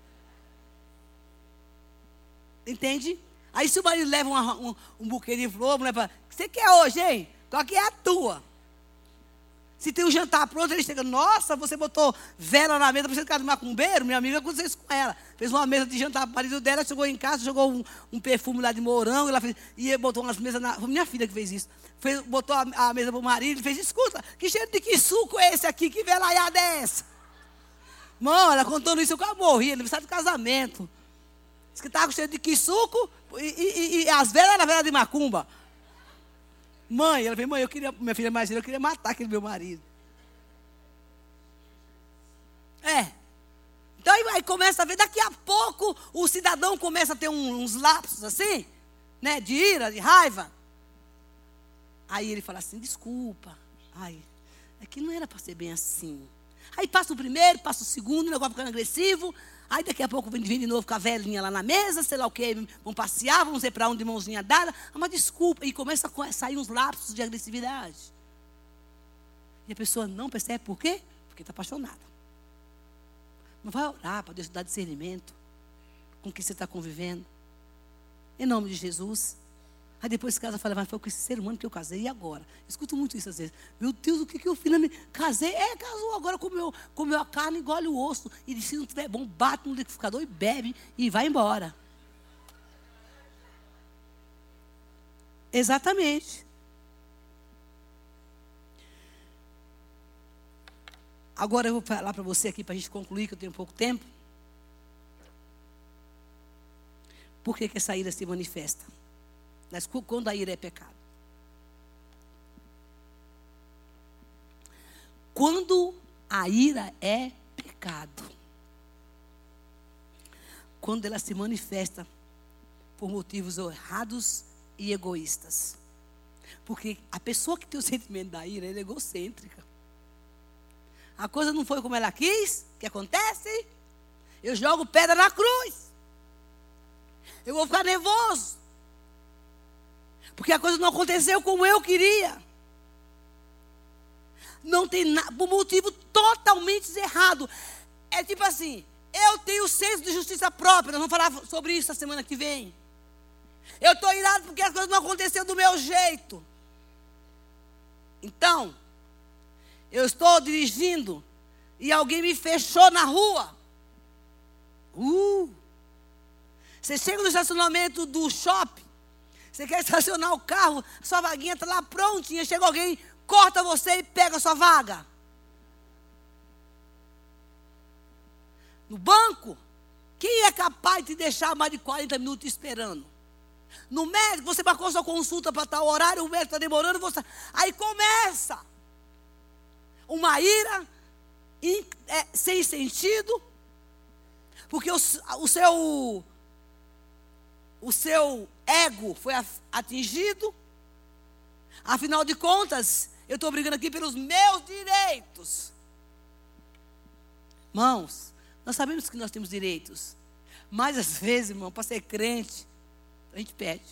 Entende? Aí se o marido leva uma, um, um buquê de flor, a mulher fala, o que você quer hoje, hein? Então aqui é a tua. Se tem um jantar pronto, ele chega, nossa, você botou vela na mesa, precisa de macumbeiro? Minha amiga aconteceu isso com ela. Fez uma mesa de jantar para o marido dela, chegou em casa, jogou um, um perfume lá de morango, ela fez, e botou umas mesas na... Foi minha filha que fez isso. Fez, botou a, a mesa para o marido e fez, escuta, que cheiro de que suco é esse aqui? Que velaiada é essa? Mano, ela contando isso, eu quase morri, aniversário de casamento. Diz que estava com cheiro de que suco e, e, e as velas eram velas de macumba. Mãe, ela falou, mãe, eu queria, minha filha mais velha, eu queria matar aquele meu marido. É. Então aí, aí começa a ver, daqui a pouco o cidadão começa a ter um, uns lapsos assim, né, de ira, de raiva. Aí ele fala assim, desculpa, ai, é que não era para ser bem assim. Aí passa o primeiro, passa o segundo, o negócio ficando agressivo. Aí daqui a pouco vem de novo com a velhinha lá na mesa, sei lá o quê, vão passear, vão ser para onde de mãozinha dada. Ah, mas desculpa, e começa a sair uns lapsos de agressividade. E a pessoa não percebe por quê? Porque está apaixonada. Não vai orar para Deus te dar discernimento com quem você está convivendo. Em nome de Jesus. Aí depois se casa fala, mas foi com esse ser humano que eu casei, e agora? Escuto muito isso às vezes. Meu Deus, o que, que eu fiz? Casei, é, casou, agora comeu, comeu a carne, engole o osso. E se não tiver bom, bate no liquidificador e bebe e vai embora. Exatamente. Agora eu vou falar para você aqui, para a gente concluir, que eu tenho pouco tempo. Por que, que essa ira se manifesta? Mas quando a ira é pecado. Quando a ira é pecado. Quando ela se manifesta por motivos errados e egoístas. Porque a pessoa que tem o sentimento da ira, ela é egocêntrica. A coisa não foi como ela quis, o que acontece? Eu jogo pedra na cruz. Eu vou ficar nervoso. Porque a coisa não aconteceu como eu queria. Não tem nada, por motivo totalmente errado. É tipo assim, eu tenho senso de justiça própria. Nós vamos falar sobre isso a semana que vem. Eu estou irado porque as coisas não aconteceram do meu jeito. Então, eu estou dirigindo e alguém me fechou na rua. Uh! Você chega no estacionamento do shopping. Você quer estacionar o carro, sua vaguinha está lá prontinha. Chega alguém, corta você e pega a sua vaga. No banco, quem é capaz de deixar mais de quarenta minutos esperando? No médico, você marcou sua consulta para tal horário, o médico está demorando, você... aí começa uma ira in, é, sem sentido, porque o, o seu... O seu ego foi atingido. Afinal de contas, eu estou brigando aqui pelos meus direitos. Irmãos, nós sabemos que nós temos direitos. Mas às vezes, irmão, para ser crente, a gente pede.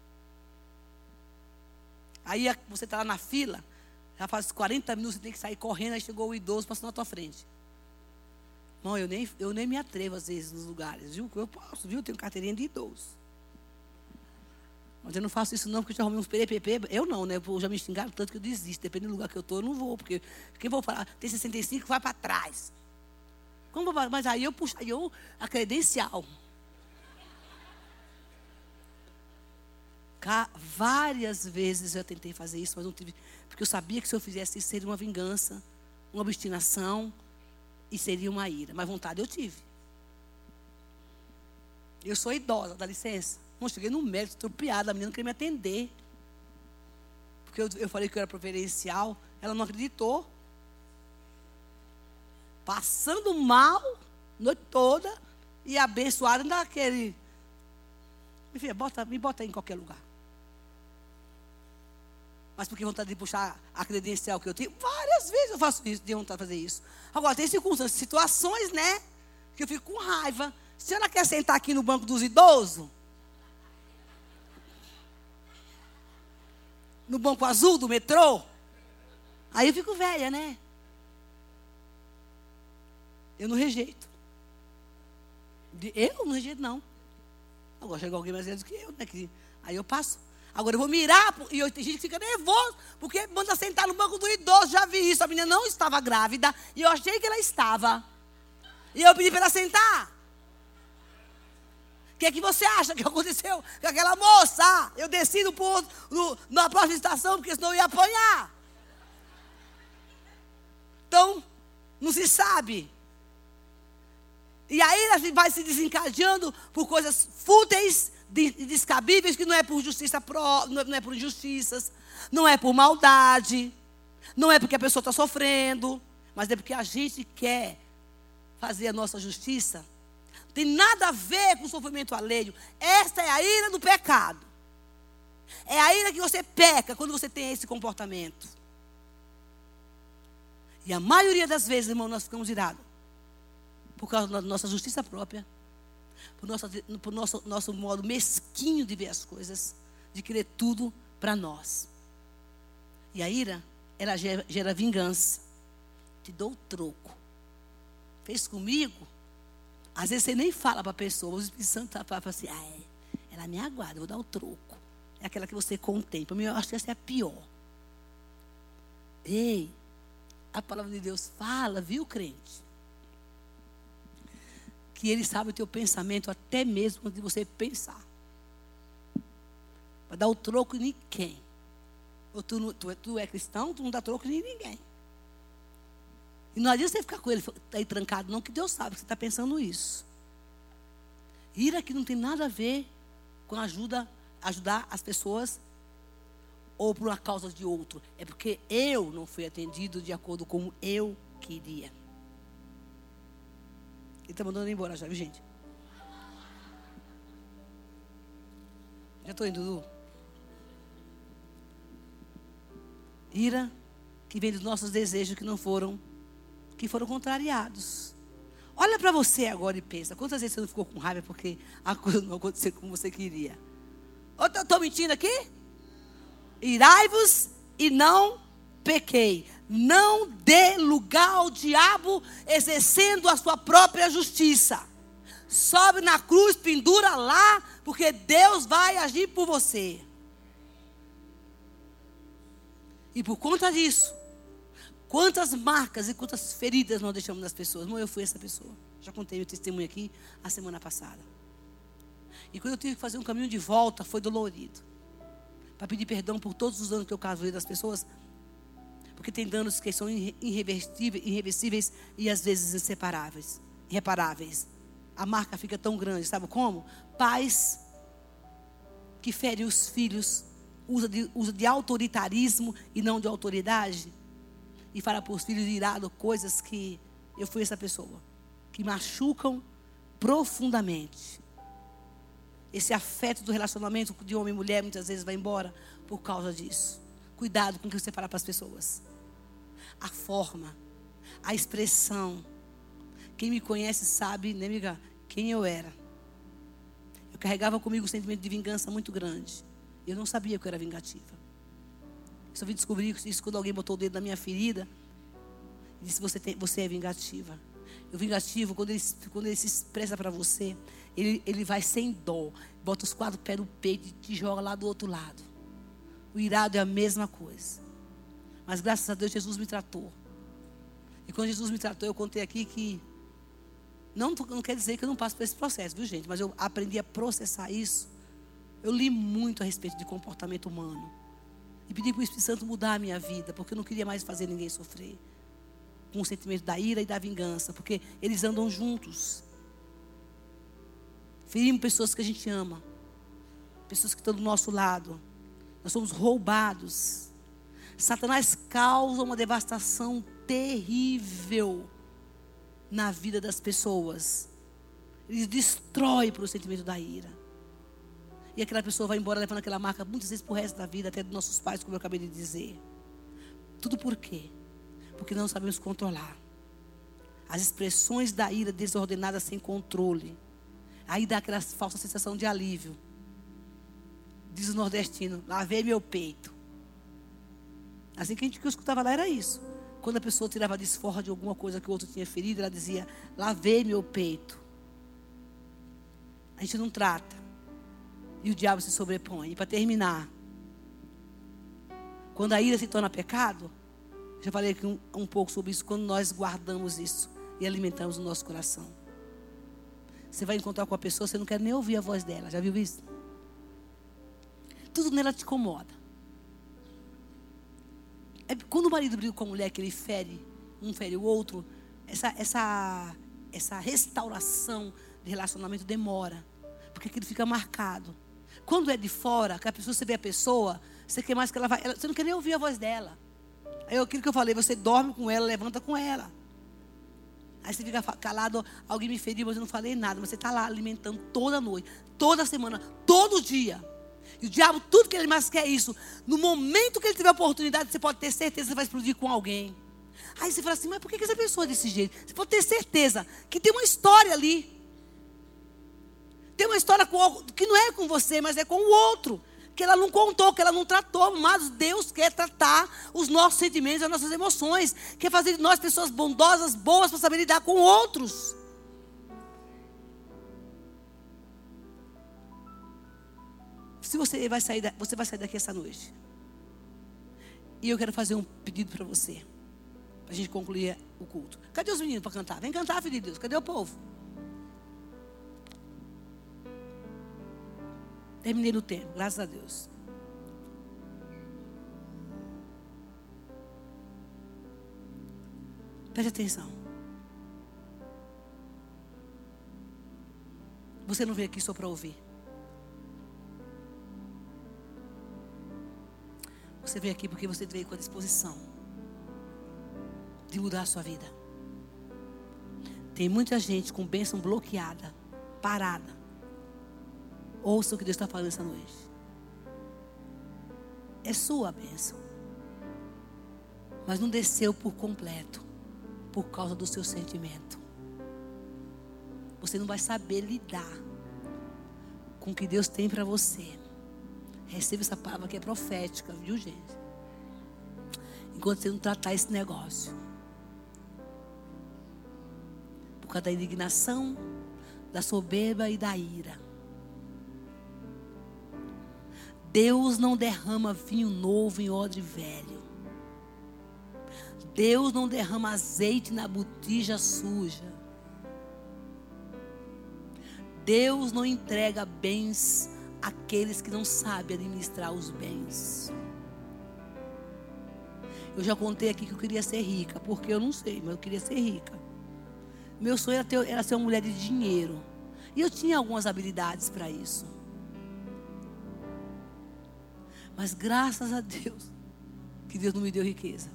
Aí você está lá na fila, já faz quarenta minutos, você tem que sair correndo, aí chegou o idoso passando na tua frente. Irmão, eu nem, eu nem me atrevo às vezes nos lugares, viu? Eu posso, viu? Eu tenho carteirinha de idoso. Mas eu não faço isso não, porque eu já arrumei uns perepepe. Eu não, né? Eu já me xingaram tanto que eu desisto. Dependendo do lugar que eu estou, eu não vou. Porque quem vou falar, tem sessenta e cinco, vai para trás. Como vou, mas aí eu puxo, aí eu, a credencial. Cá, várias vezes eu tentei fazer isso, mas não tive. Porque eu sabia que se eu fizesse isso, seria uma vingança, uma obstinação e seria uma ira. Mas vontade eu tive. Eu sou idosa, dá licença. Não, cheguei no médico, estrupiada, a menina não queria me atender. Porque eu, eu falei que eu era preferencial, ela não acreditou. Passando mal, noite toda, e abençoada daquele. Me filha, bota, me bota aí em qualquer lugar. Mas porque vontade de puxar a credencial que eu tenho, várias vezes eu faço isso, tenho vontade de fazer isso. Agora, tem circunstâncias, situações, né, que eu fico com raiva. Se ela quer sentar aqui no banco dos idosos, no banco azul do metrô. Aí eu fico velha, né? Eu não rejeito. Eu não rejeito, não. Agora chega alguém mais velho do que eu, né? Que, aí eu passo. Agora eu vou mirar, e eu, tem gente que fica nervoso, porque manda sentar no banco do idoso. Já vi isso. A menina não estava grávida, e eu achei que ela estava. E eu pedi para ela sentar. O que é que você acha que aconteceu com aquela moça? Eu desci no ponto, no, na próxima estação, porque senão eu ia apanhar. Então, não se sabe. E aí ela vai se desencadeando por coisas fúteis, descabíveis, que não é por justiça, pró, não é por injustiças, não é por maldade, não é porque a pessoa está sofrendo, mas é porque a gente quer fazer a nossa justiça. Não tem nada a ver com o sofrimento alheio. Esta é a ira do pecado. É a ira que você peca quando você tem esse comportamento. E a maioria das vezes, irmão, nós ficamos irados por causa da nossa justiça própria, por nosso, por nosso, nosso modo mesquinho de ver as coisas, de querer tudo para nós. E a ira, ela gera, gera vingança. Te dou o troco. Fez comigo? Às vezes você nem fala para a pessoa, o Espírito Santo fala assim, ah, é, ela me aguarda, eu vou dar o troco. É aquela que você contém. Para mim, eu acho que essa é a pior. Ei, a palavra de Deus fala, viu, crente? Que Ele sabe o teu pensamento até mesmo antes de você pensar. Vai dar o troco em quem? Ou tu, tu, tu é cristão, tu não dá troco em ninguém. E não adianta você ficar com ele aí trancado, não, que Deus sabe que você está pensando isso. Ira que não tem nada a ver com ajuda, ajudar as pessoas ou por uma causa de outro. É porque eu não fui atendido de acordo com como eu queria. Ele está mandando embora já, viu, gente? Já estou indo, Dudu. Ira que vem dos nossos desejos que não foram, que foram contrariados. Olha para você agora e pensa, quantas vezes você não ficou com raiva porque a coisa não aconteceu como você queria? Ou eu estou mentindo aqui? Irai-vos e não pequei. Não dê lugar ao diabo exercendo a sua própria justiça. Sobe na cruz, pendura lá, porque Deus vai agir por você. E por conta disso, quantas marcas e quantas feridas nós deixamos nas pessoas. Não, eu fui essa pessoa. Já contei meu testemunho aqui a semana passada. E quando eu tive que fazer um caminho de volta, foi dolorido. Para pedir perdão por todos os anos que eu causei das pessoas. Porque tem danos que são irreversíveis, irreversíveis e às vezes inseparáveis, irreparáveis. A marca fica tão grande, sabe como? Pais que ferem os filhos, usa de, usa de autoritarismo e não de autoridade. E fala para os filhos irados coisas que eu fui essa pessoa. Que machucam profundamente. Esse afeto do relacionamento de homem e mulher muitas vezes vai embora por causa disso. Cuidado com o que você fala para as pessoas. A forma, a expressão. Quem me conhece sabe, né, amiga, quem eu era. Eu carregava comigo um sentimento de vingança muito grande. Eu não sabia que eu era vingativa. Eu só vim descobrir isso quando alguém botou o dedo na minha ferida e disse, você, tem, você é vingativa. O vingativo, quando ele, quando ele se expressa para você, ele, ele vai sem dó, bota os quatro pés no peito e te joga lá do outro lado. O irado é a mesma coisa. Mas graças a Deus Jesus me tratou. E quando Jesus me tratou, eu contei aqui que não, não quer dizer que eu não passo por esse processo, viu, gente? Mas eu aprendi a processar isso. Eu li muito a respeito de comportamento humano. E pedi para o Espírito Santo mudar a minha vida, porque eu não queria mais fazer ninguém sofrer. Com o sentimento da ira e da vingança, porque eles andam juntos. Ferimos pessoas que a gente ama. Pessoas que estão do nosso lado. Nós somos roubados. Satanás causa uma devastação terrível na vida das pessoas. Ele destrói por o sentimento da ira. E aquela pessoa vai embora levando aquela marca muitas vezes para o resto da vida, até dos nossos pais, como eu acabei de dizer. Tudo por quê? Porque não sabemos controlar. As expressões da ira desordenada sem controle. Aí dá aquela falsa sensação de alívio. Diz o nordestino, lavei meu peito. Assim que a gente que eu escutava lá era isso. Quando a pessoa tirava desforra de alguma coisa que o outro tinha ferido, ela dizia, lavei meu peito. A gente não trata. E o diabo se sobrepõe. E para terminar, quando a ira se torna pecado, já falei aqui um, um pouco sobre isso, quando nós guardamos isso e alimentamos o nosso coração. Você vai encontrar com a pessoa, você não quer nem ouvir a voz dela. Já viu isso? Tudo nela te incomoda. É, quando o marido briga com a mulher, que ele fere, um fere o outro, essa, essa, essa restauração de relacionamento demora. Porque aquilo fica marcado. Quando é de fora, que a pessoa, você vê a pessoa, você quer mais que ela vai, ela, você não quer nem ouvir a voz dela. Aí aquilo que eu falei, você dorme com ela, levanta com ela. Aí você fica calado, alguém me feriu, mas eu não falei nada. Mas você está lá alimentando toda noite, toda semana, todo dia. E o diabo, tudo que ele mais quer é isso. No momento que ele tiver oportunidade, você pode ter certeza que você vai explodir com alguém. Aí você fala assim, mas por que essa pessoa é desse jeito? Você pode ter certeza que tem uma história ali. Tem uma história com, que não é com você, mas é com o outro. Que ela não contou, que ela não tratou. Mas Deus quer tratar os nossos sentimentos, as nossas emoções. Quer fazer de nós pessoas bondosas, boas, para saber lidar com outros. Se você vai sair, da, você vai sair daqui essa noite. E eu quero fazer um pedido para você. Para a gente concluir o culto. Cadê os meninos para cantar? Vem cantar, filho de Deus. Cadê o povo? Terminei no tempo, graças a Deus. Preste atenção. Você não veio aqui só para ouvir. Você veio aqui porque você veio com a disposição de mudar a sua vida. Tem muita gente com bênção bloqueada, parada. Ouça o que Deus está falando essa noite. É sua bênção. Mas não desceu por completo. Por causa do seu sentimento. Você não vai saber lidar com o que Deus tem para você. Receba essa palavra que é profética, viu, gente? Enquanto você não tratar esse negócio. Por causa da indignação, da soberba e da ira. Deus não derrama vinho novo em odre velho. Deus não derrama azeite na botija suja. Deus não entrega bens àqueles que não sabem administrar os bens. Eu já contei aqui que eu queria ser rica, porque eu não sei, mas eu queria ser rica. Meu sonho era, ter, era ser uma mulher de dinheiro. E eu tinha algumas habilidades para isso. Mas graças a Deus, que Deus não me deu riqueza.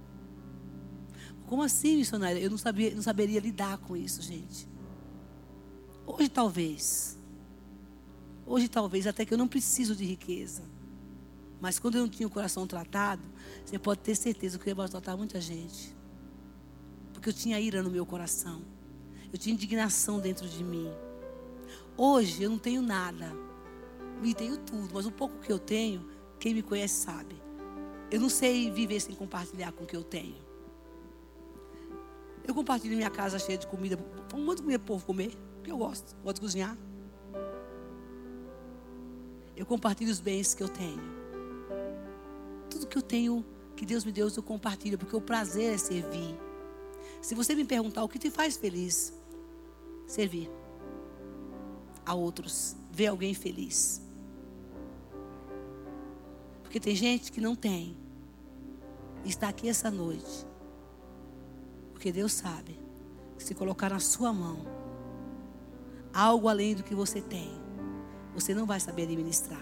Como assim, missionária? Eu não, sabia, não saberia lidar com isso, gente. Hoje talvez. Hoje talvez, até que eu não preciso de riqueza. Mas quando eu não tinha o coração tratado, você pode ter certeza que eu ia maltratar muita gente. Porque eu tinha ira no meu coração. Eu tinha indignação dentro de mim. Hoje eu não tenho nada. E tenho tudo, mas o pouco que eu tenho, quem me conhece sabe. Eu não sei viver sem compartilhar com o que eu tenho. Eu compartilho minha casa cheia de comida. Um monte de comida para o povo comer. Porque eu gosto. Gosto de cozinhar. Eu compartilho os bens que eu tenho. Tudo que eu tenho, que Deus me deu, eu compartilho. Porque o prazer é servir. Se você me perguntar o que te faz feliz, servir a outros. Ver alguém feliz. Porque tem gente que não tem. E está aqui essa noite. Porque Deus sabe que se colocar na sua mão algo além do que você tem, você não vai saber administrar.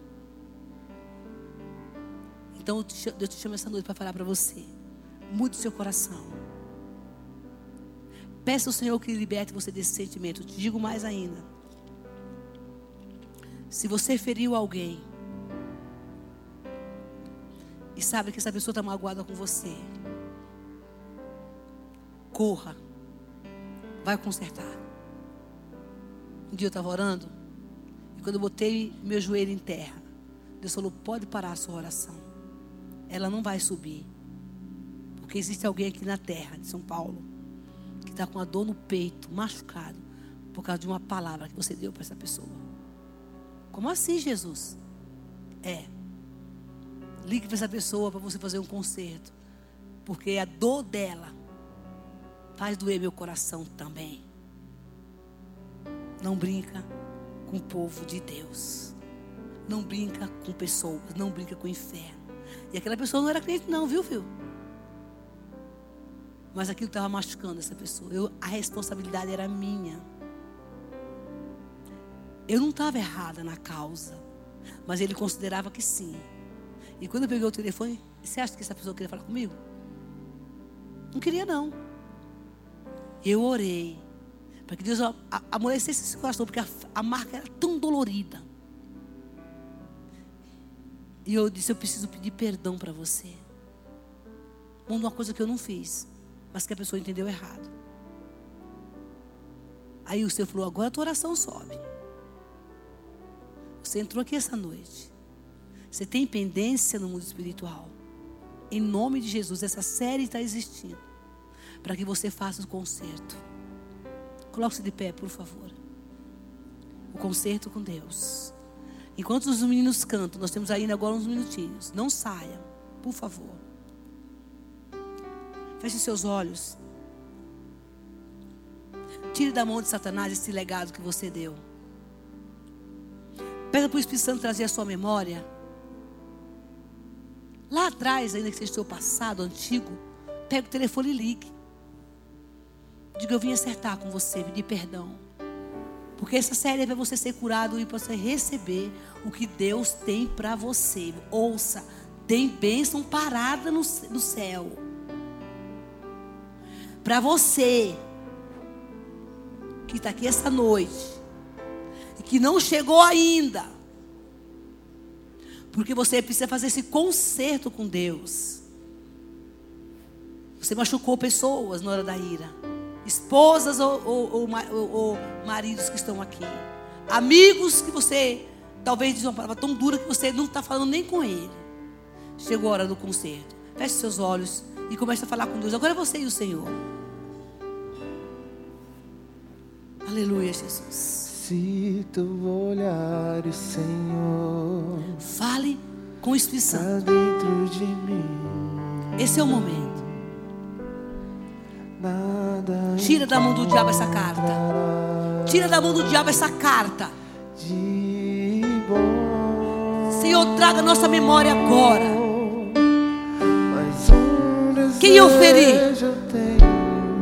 Então Deus te chama essa noite para falar para você. Mude seu coração. Peça ao Senhor que liberte você desse sentimento. Te digo mais ainda. Se você feriu alguém e sabe que essa pessoa está magoada com você, corra, vai consertar. Um dia eu estava orando, e quando eu botei meu joelho em terra, Deus falou, pode parar a sua oração. ela não vai subir. Porque existe alguém aqui na terra de São Paulo que está com a dor no peito, machucado, por causa de uma palavra que você deu para essa pessoa. Como assim, Jesus? É. Ligue para essa pessoa para você fazer um conserto. Porque a dor dela faz doer meu coração também. Não brinca com o povo de Deus. Não brinca com pessoas. Não brinca com o inferno. E aquela pessoa não era crente não, viu, filho? Mas aquilo estava machucando essa pessoa. Eu, a responsabilidade era minha. Eu não estava errada na causa. Mas ele considerava que sim. E quando eu peguei o telefone, você acha que essa pessoa queria falar comigo? Não queria não. Eu orei para que Deus amolecesse esse coração, porque a, a marca era tão dolorida. E eu disse, eu preciso pedir perdão para você. Uma coisa que eu não fiz, mas que a pessoa entendeu errado. Aí o Senhor falou, agora a tua oração sobe. Você entrou aqui essa noite. Você tem pendência no mundo espiritual. Em nome de Jesus, essa série está existindo para que você faça o conserto. Coloque-se de pé, por favor. O conserto com Deus. Enquanto os meninos cantam, nós temos ainda agora uns minutinhos. Não saiam, por favor. Feche seus olhos. Tire da mão de Satanás esse legado que você deu. Pede para o Espírito Santo trazer a sua memória. Lá atrás, ainda que seja o seu passado antigo, pega o telefone e ligue. Diga, eu vim acertar com você, pedir perdão. Porque essa série é para você ser curado e para você receber o que Deus tem para você. Ouça, tem bênção parada no, no céu. Para você que está aqui essa noite e que não chegou ainda. Porque você precisa fazer esse conserto com Deus. Você machucou pessoas na hora da ira. Esposas ou, ou, ou, ou maridos que estão aqui. Amigos que você talvez diz uma palavra tão dura que você não está falando nem com ele. Chegou a hora do conserto. Feche seus olhos e comece a falar com Deus. Agora é você e o Senhor. Aleluia, Jesus. Se tu olhares, Senhor, fale com o Espírito Santo. Dentro de mim. Esse é o momento. Nada Tira da mão do diabo essa carta. Tira da mão do diabo essa carta. De bom. Senhor, traga a nossa memória agora. Mas um quem eu feri? Eu tenho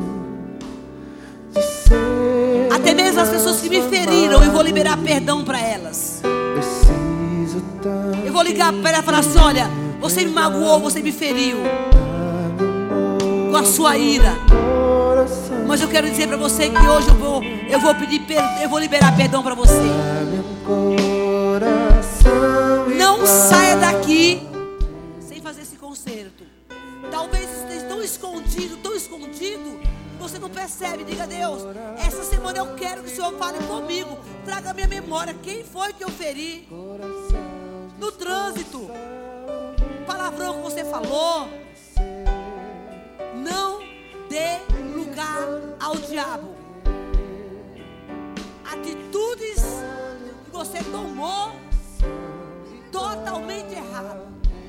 de ser. Até mesmo as pessoas que me feriram, eu vou liberar perdão para elas. Eu vou ligar para ela e falar assim, olha, você me magoou, você me feriu com a sua ira. Mas eu quero dizer para você que hoje eu vou, eu vou pedir perdão, eu vou liberar perdão para você. Não saia daqui sem fazer esse conserto. Talvez esteja tão escondido, tão escondido, que você não percebe. Diga a Deus, essa semana eu quero que o Senhor fale comigo. Traga a minha memória. Quem foi que eu feri? No trânsito. Palavrão que você falou. Não dê lugar ao diabo. Atitudes que você tomou totalmente errado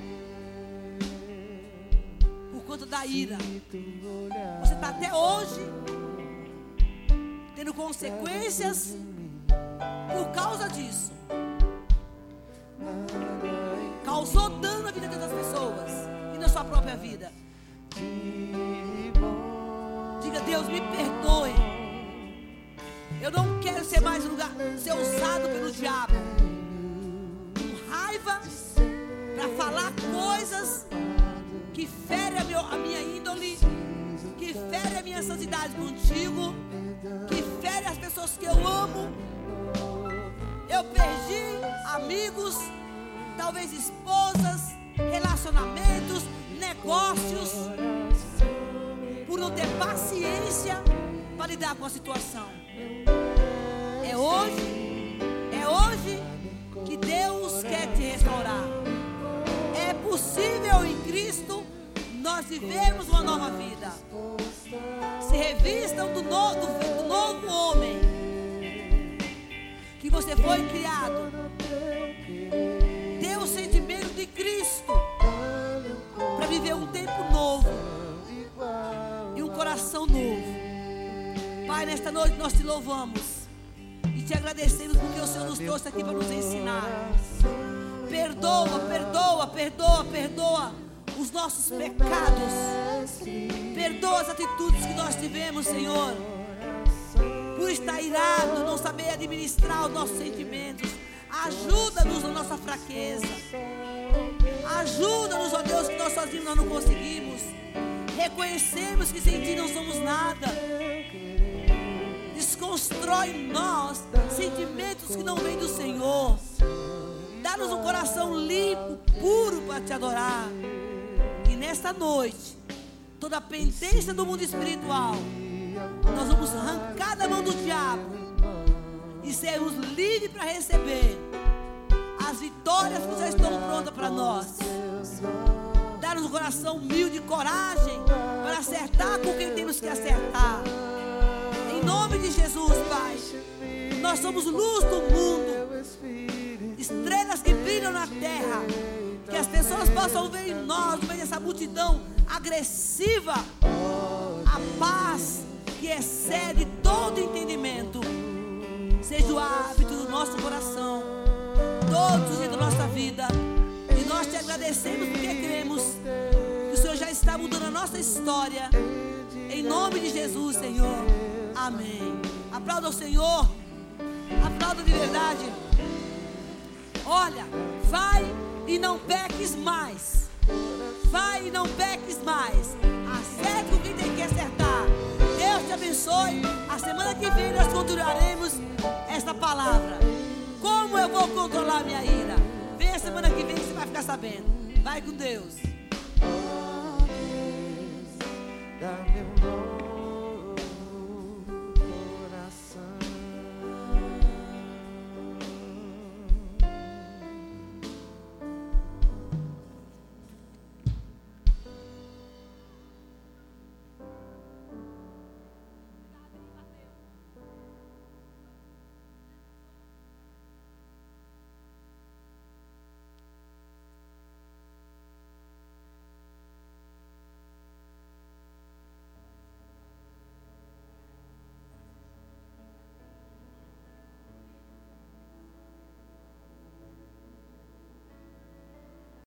por conta da ira. Você está até hoje tendo consequências por causa disso. Causou dano na vida das pessoas e na sua própria vida. Diga, Deus, me perdoe. Eu não quero ser mais um lugar, ser usado pelo diabo com raiva para falar coisas que ferem a, meu, a minha índole, que ferem a minha santidade contigo, que ferem as pessoas que eu amo. Eu perdi amigos, talvez esposas, relacionamentos, negócios, por não ter paciência para lidar com a situação. É hoje, é hoje que Deus quer te restaurar. É por possível em Cristo nós vivemos uma nova vida. Se revistam do novo, do novo homem que você foi criado. Dê o sentimento de Cristo para viver um tempo novo e um coração novo. Pai, nesta noite nós te louvamos e te agradecemos porque o Senhor nos trouxe aqui para nos ensinar. Perdoa, perdoa, perdoa, perdoa os nossos pecados. Perdoa as atitudes que nós tivemos, Senhor, por estar irado, não saber administrar os nossos sentimentos. Ajuda-nos na nossa fraqueza. Ajuda-nos, ó Deus, que nós sozinhos nós não conseguimos. Reconhecemos que sem Ti não somos nada. Desconstrói em nós sentimentos que não vêm do Senhor. Dá-nos um coração limpo, puro para Te adorar. E nesta noite, toda a pendência do mundo espiritual, nós vamos arrancar da mão do diabo e sermos livres para receber as vitórias que já estão prontas para nós. Dá-nos um coração humilde e coragem para acertar com quem temos que acertar. Em nome de Jesus, Pai, nós somos luz do mundo, estrelas que brilham na terra, que as pessoas possam ver em nós, no meio dessa multidão agressiva, a paz que excede todo entendimento. Seja o hábito do nosso coração todos os dias da nossa vida. E nós te agradecemos porque cremos que o Senhor já está mudando a nossa história. Em nome de Jesus, Senhor. Amém. Aplauda o Senhor. Aplauda de verdade. Olha, vai e não peques mais. Vai e não peques mais. Acerte com quem tem que acertar. Deus te abençoe. A semana que vem nós continuaremos esta palavra. Como eu vou controlar minha ira? Vem a semana que vem que você vai ficar sabendo. Vai com Deus. Dá meu nome.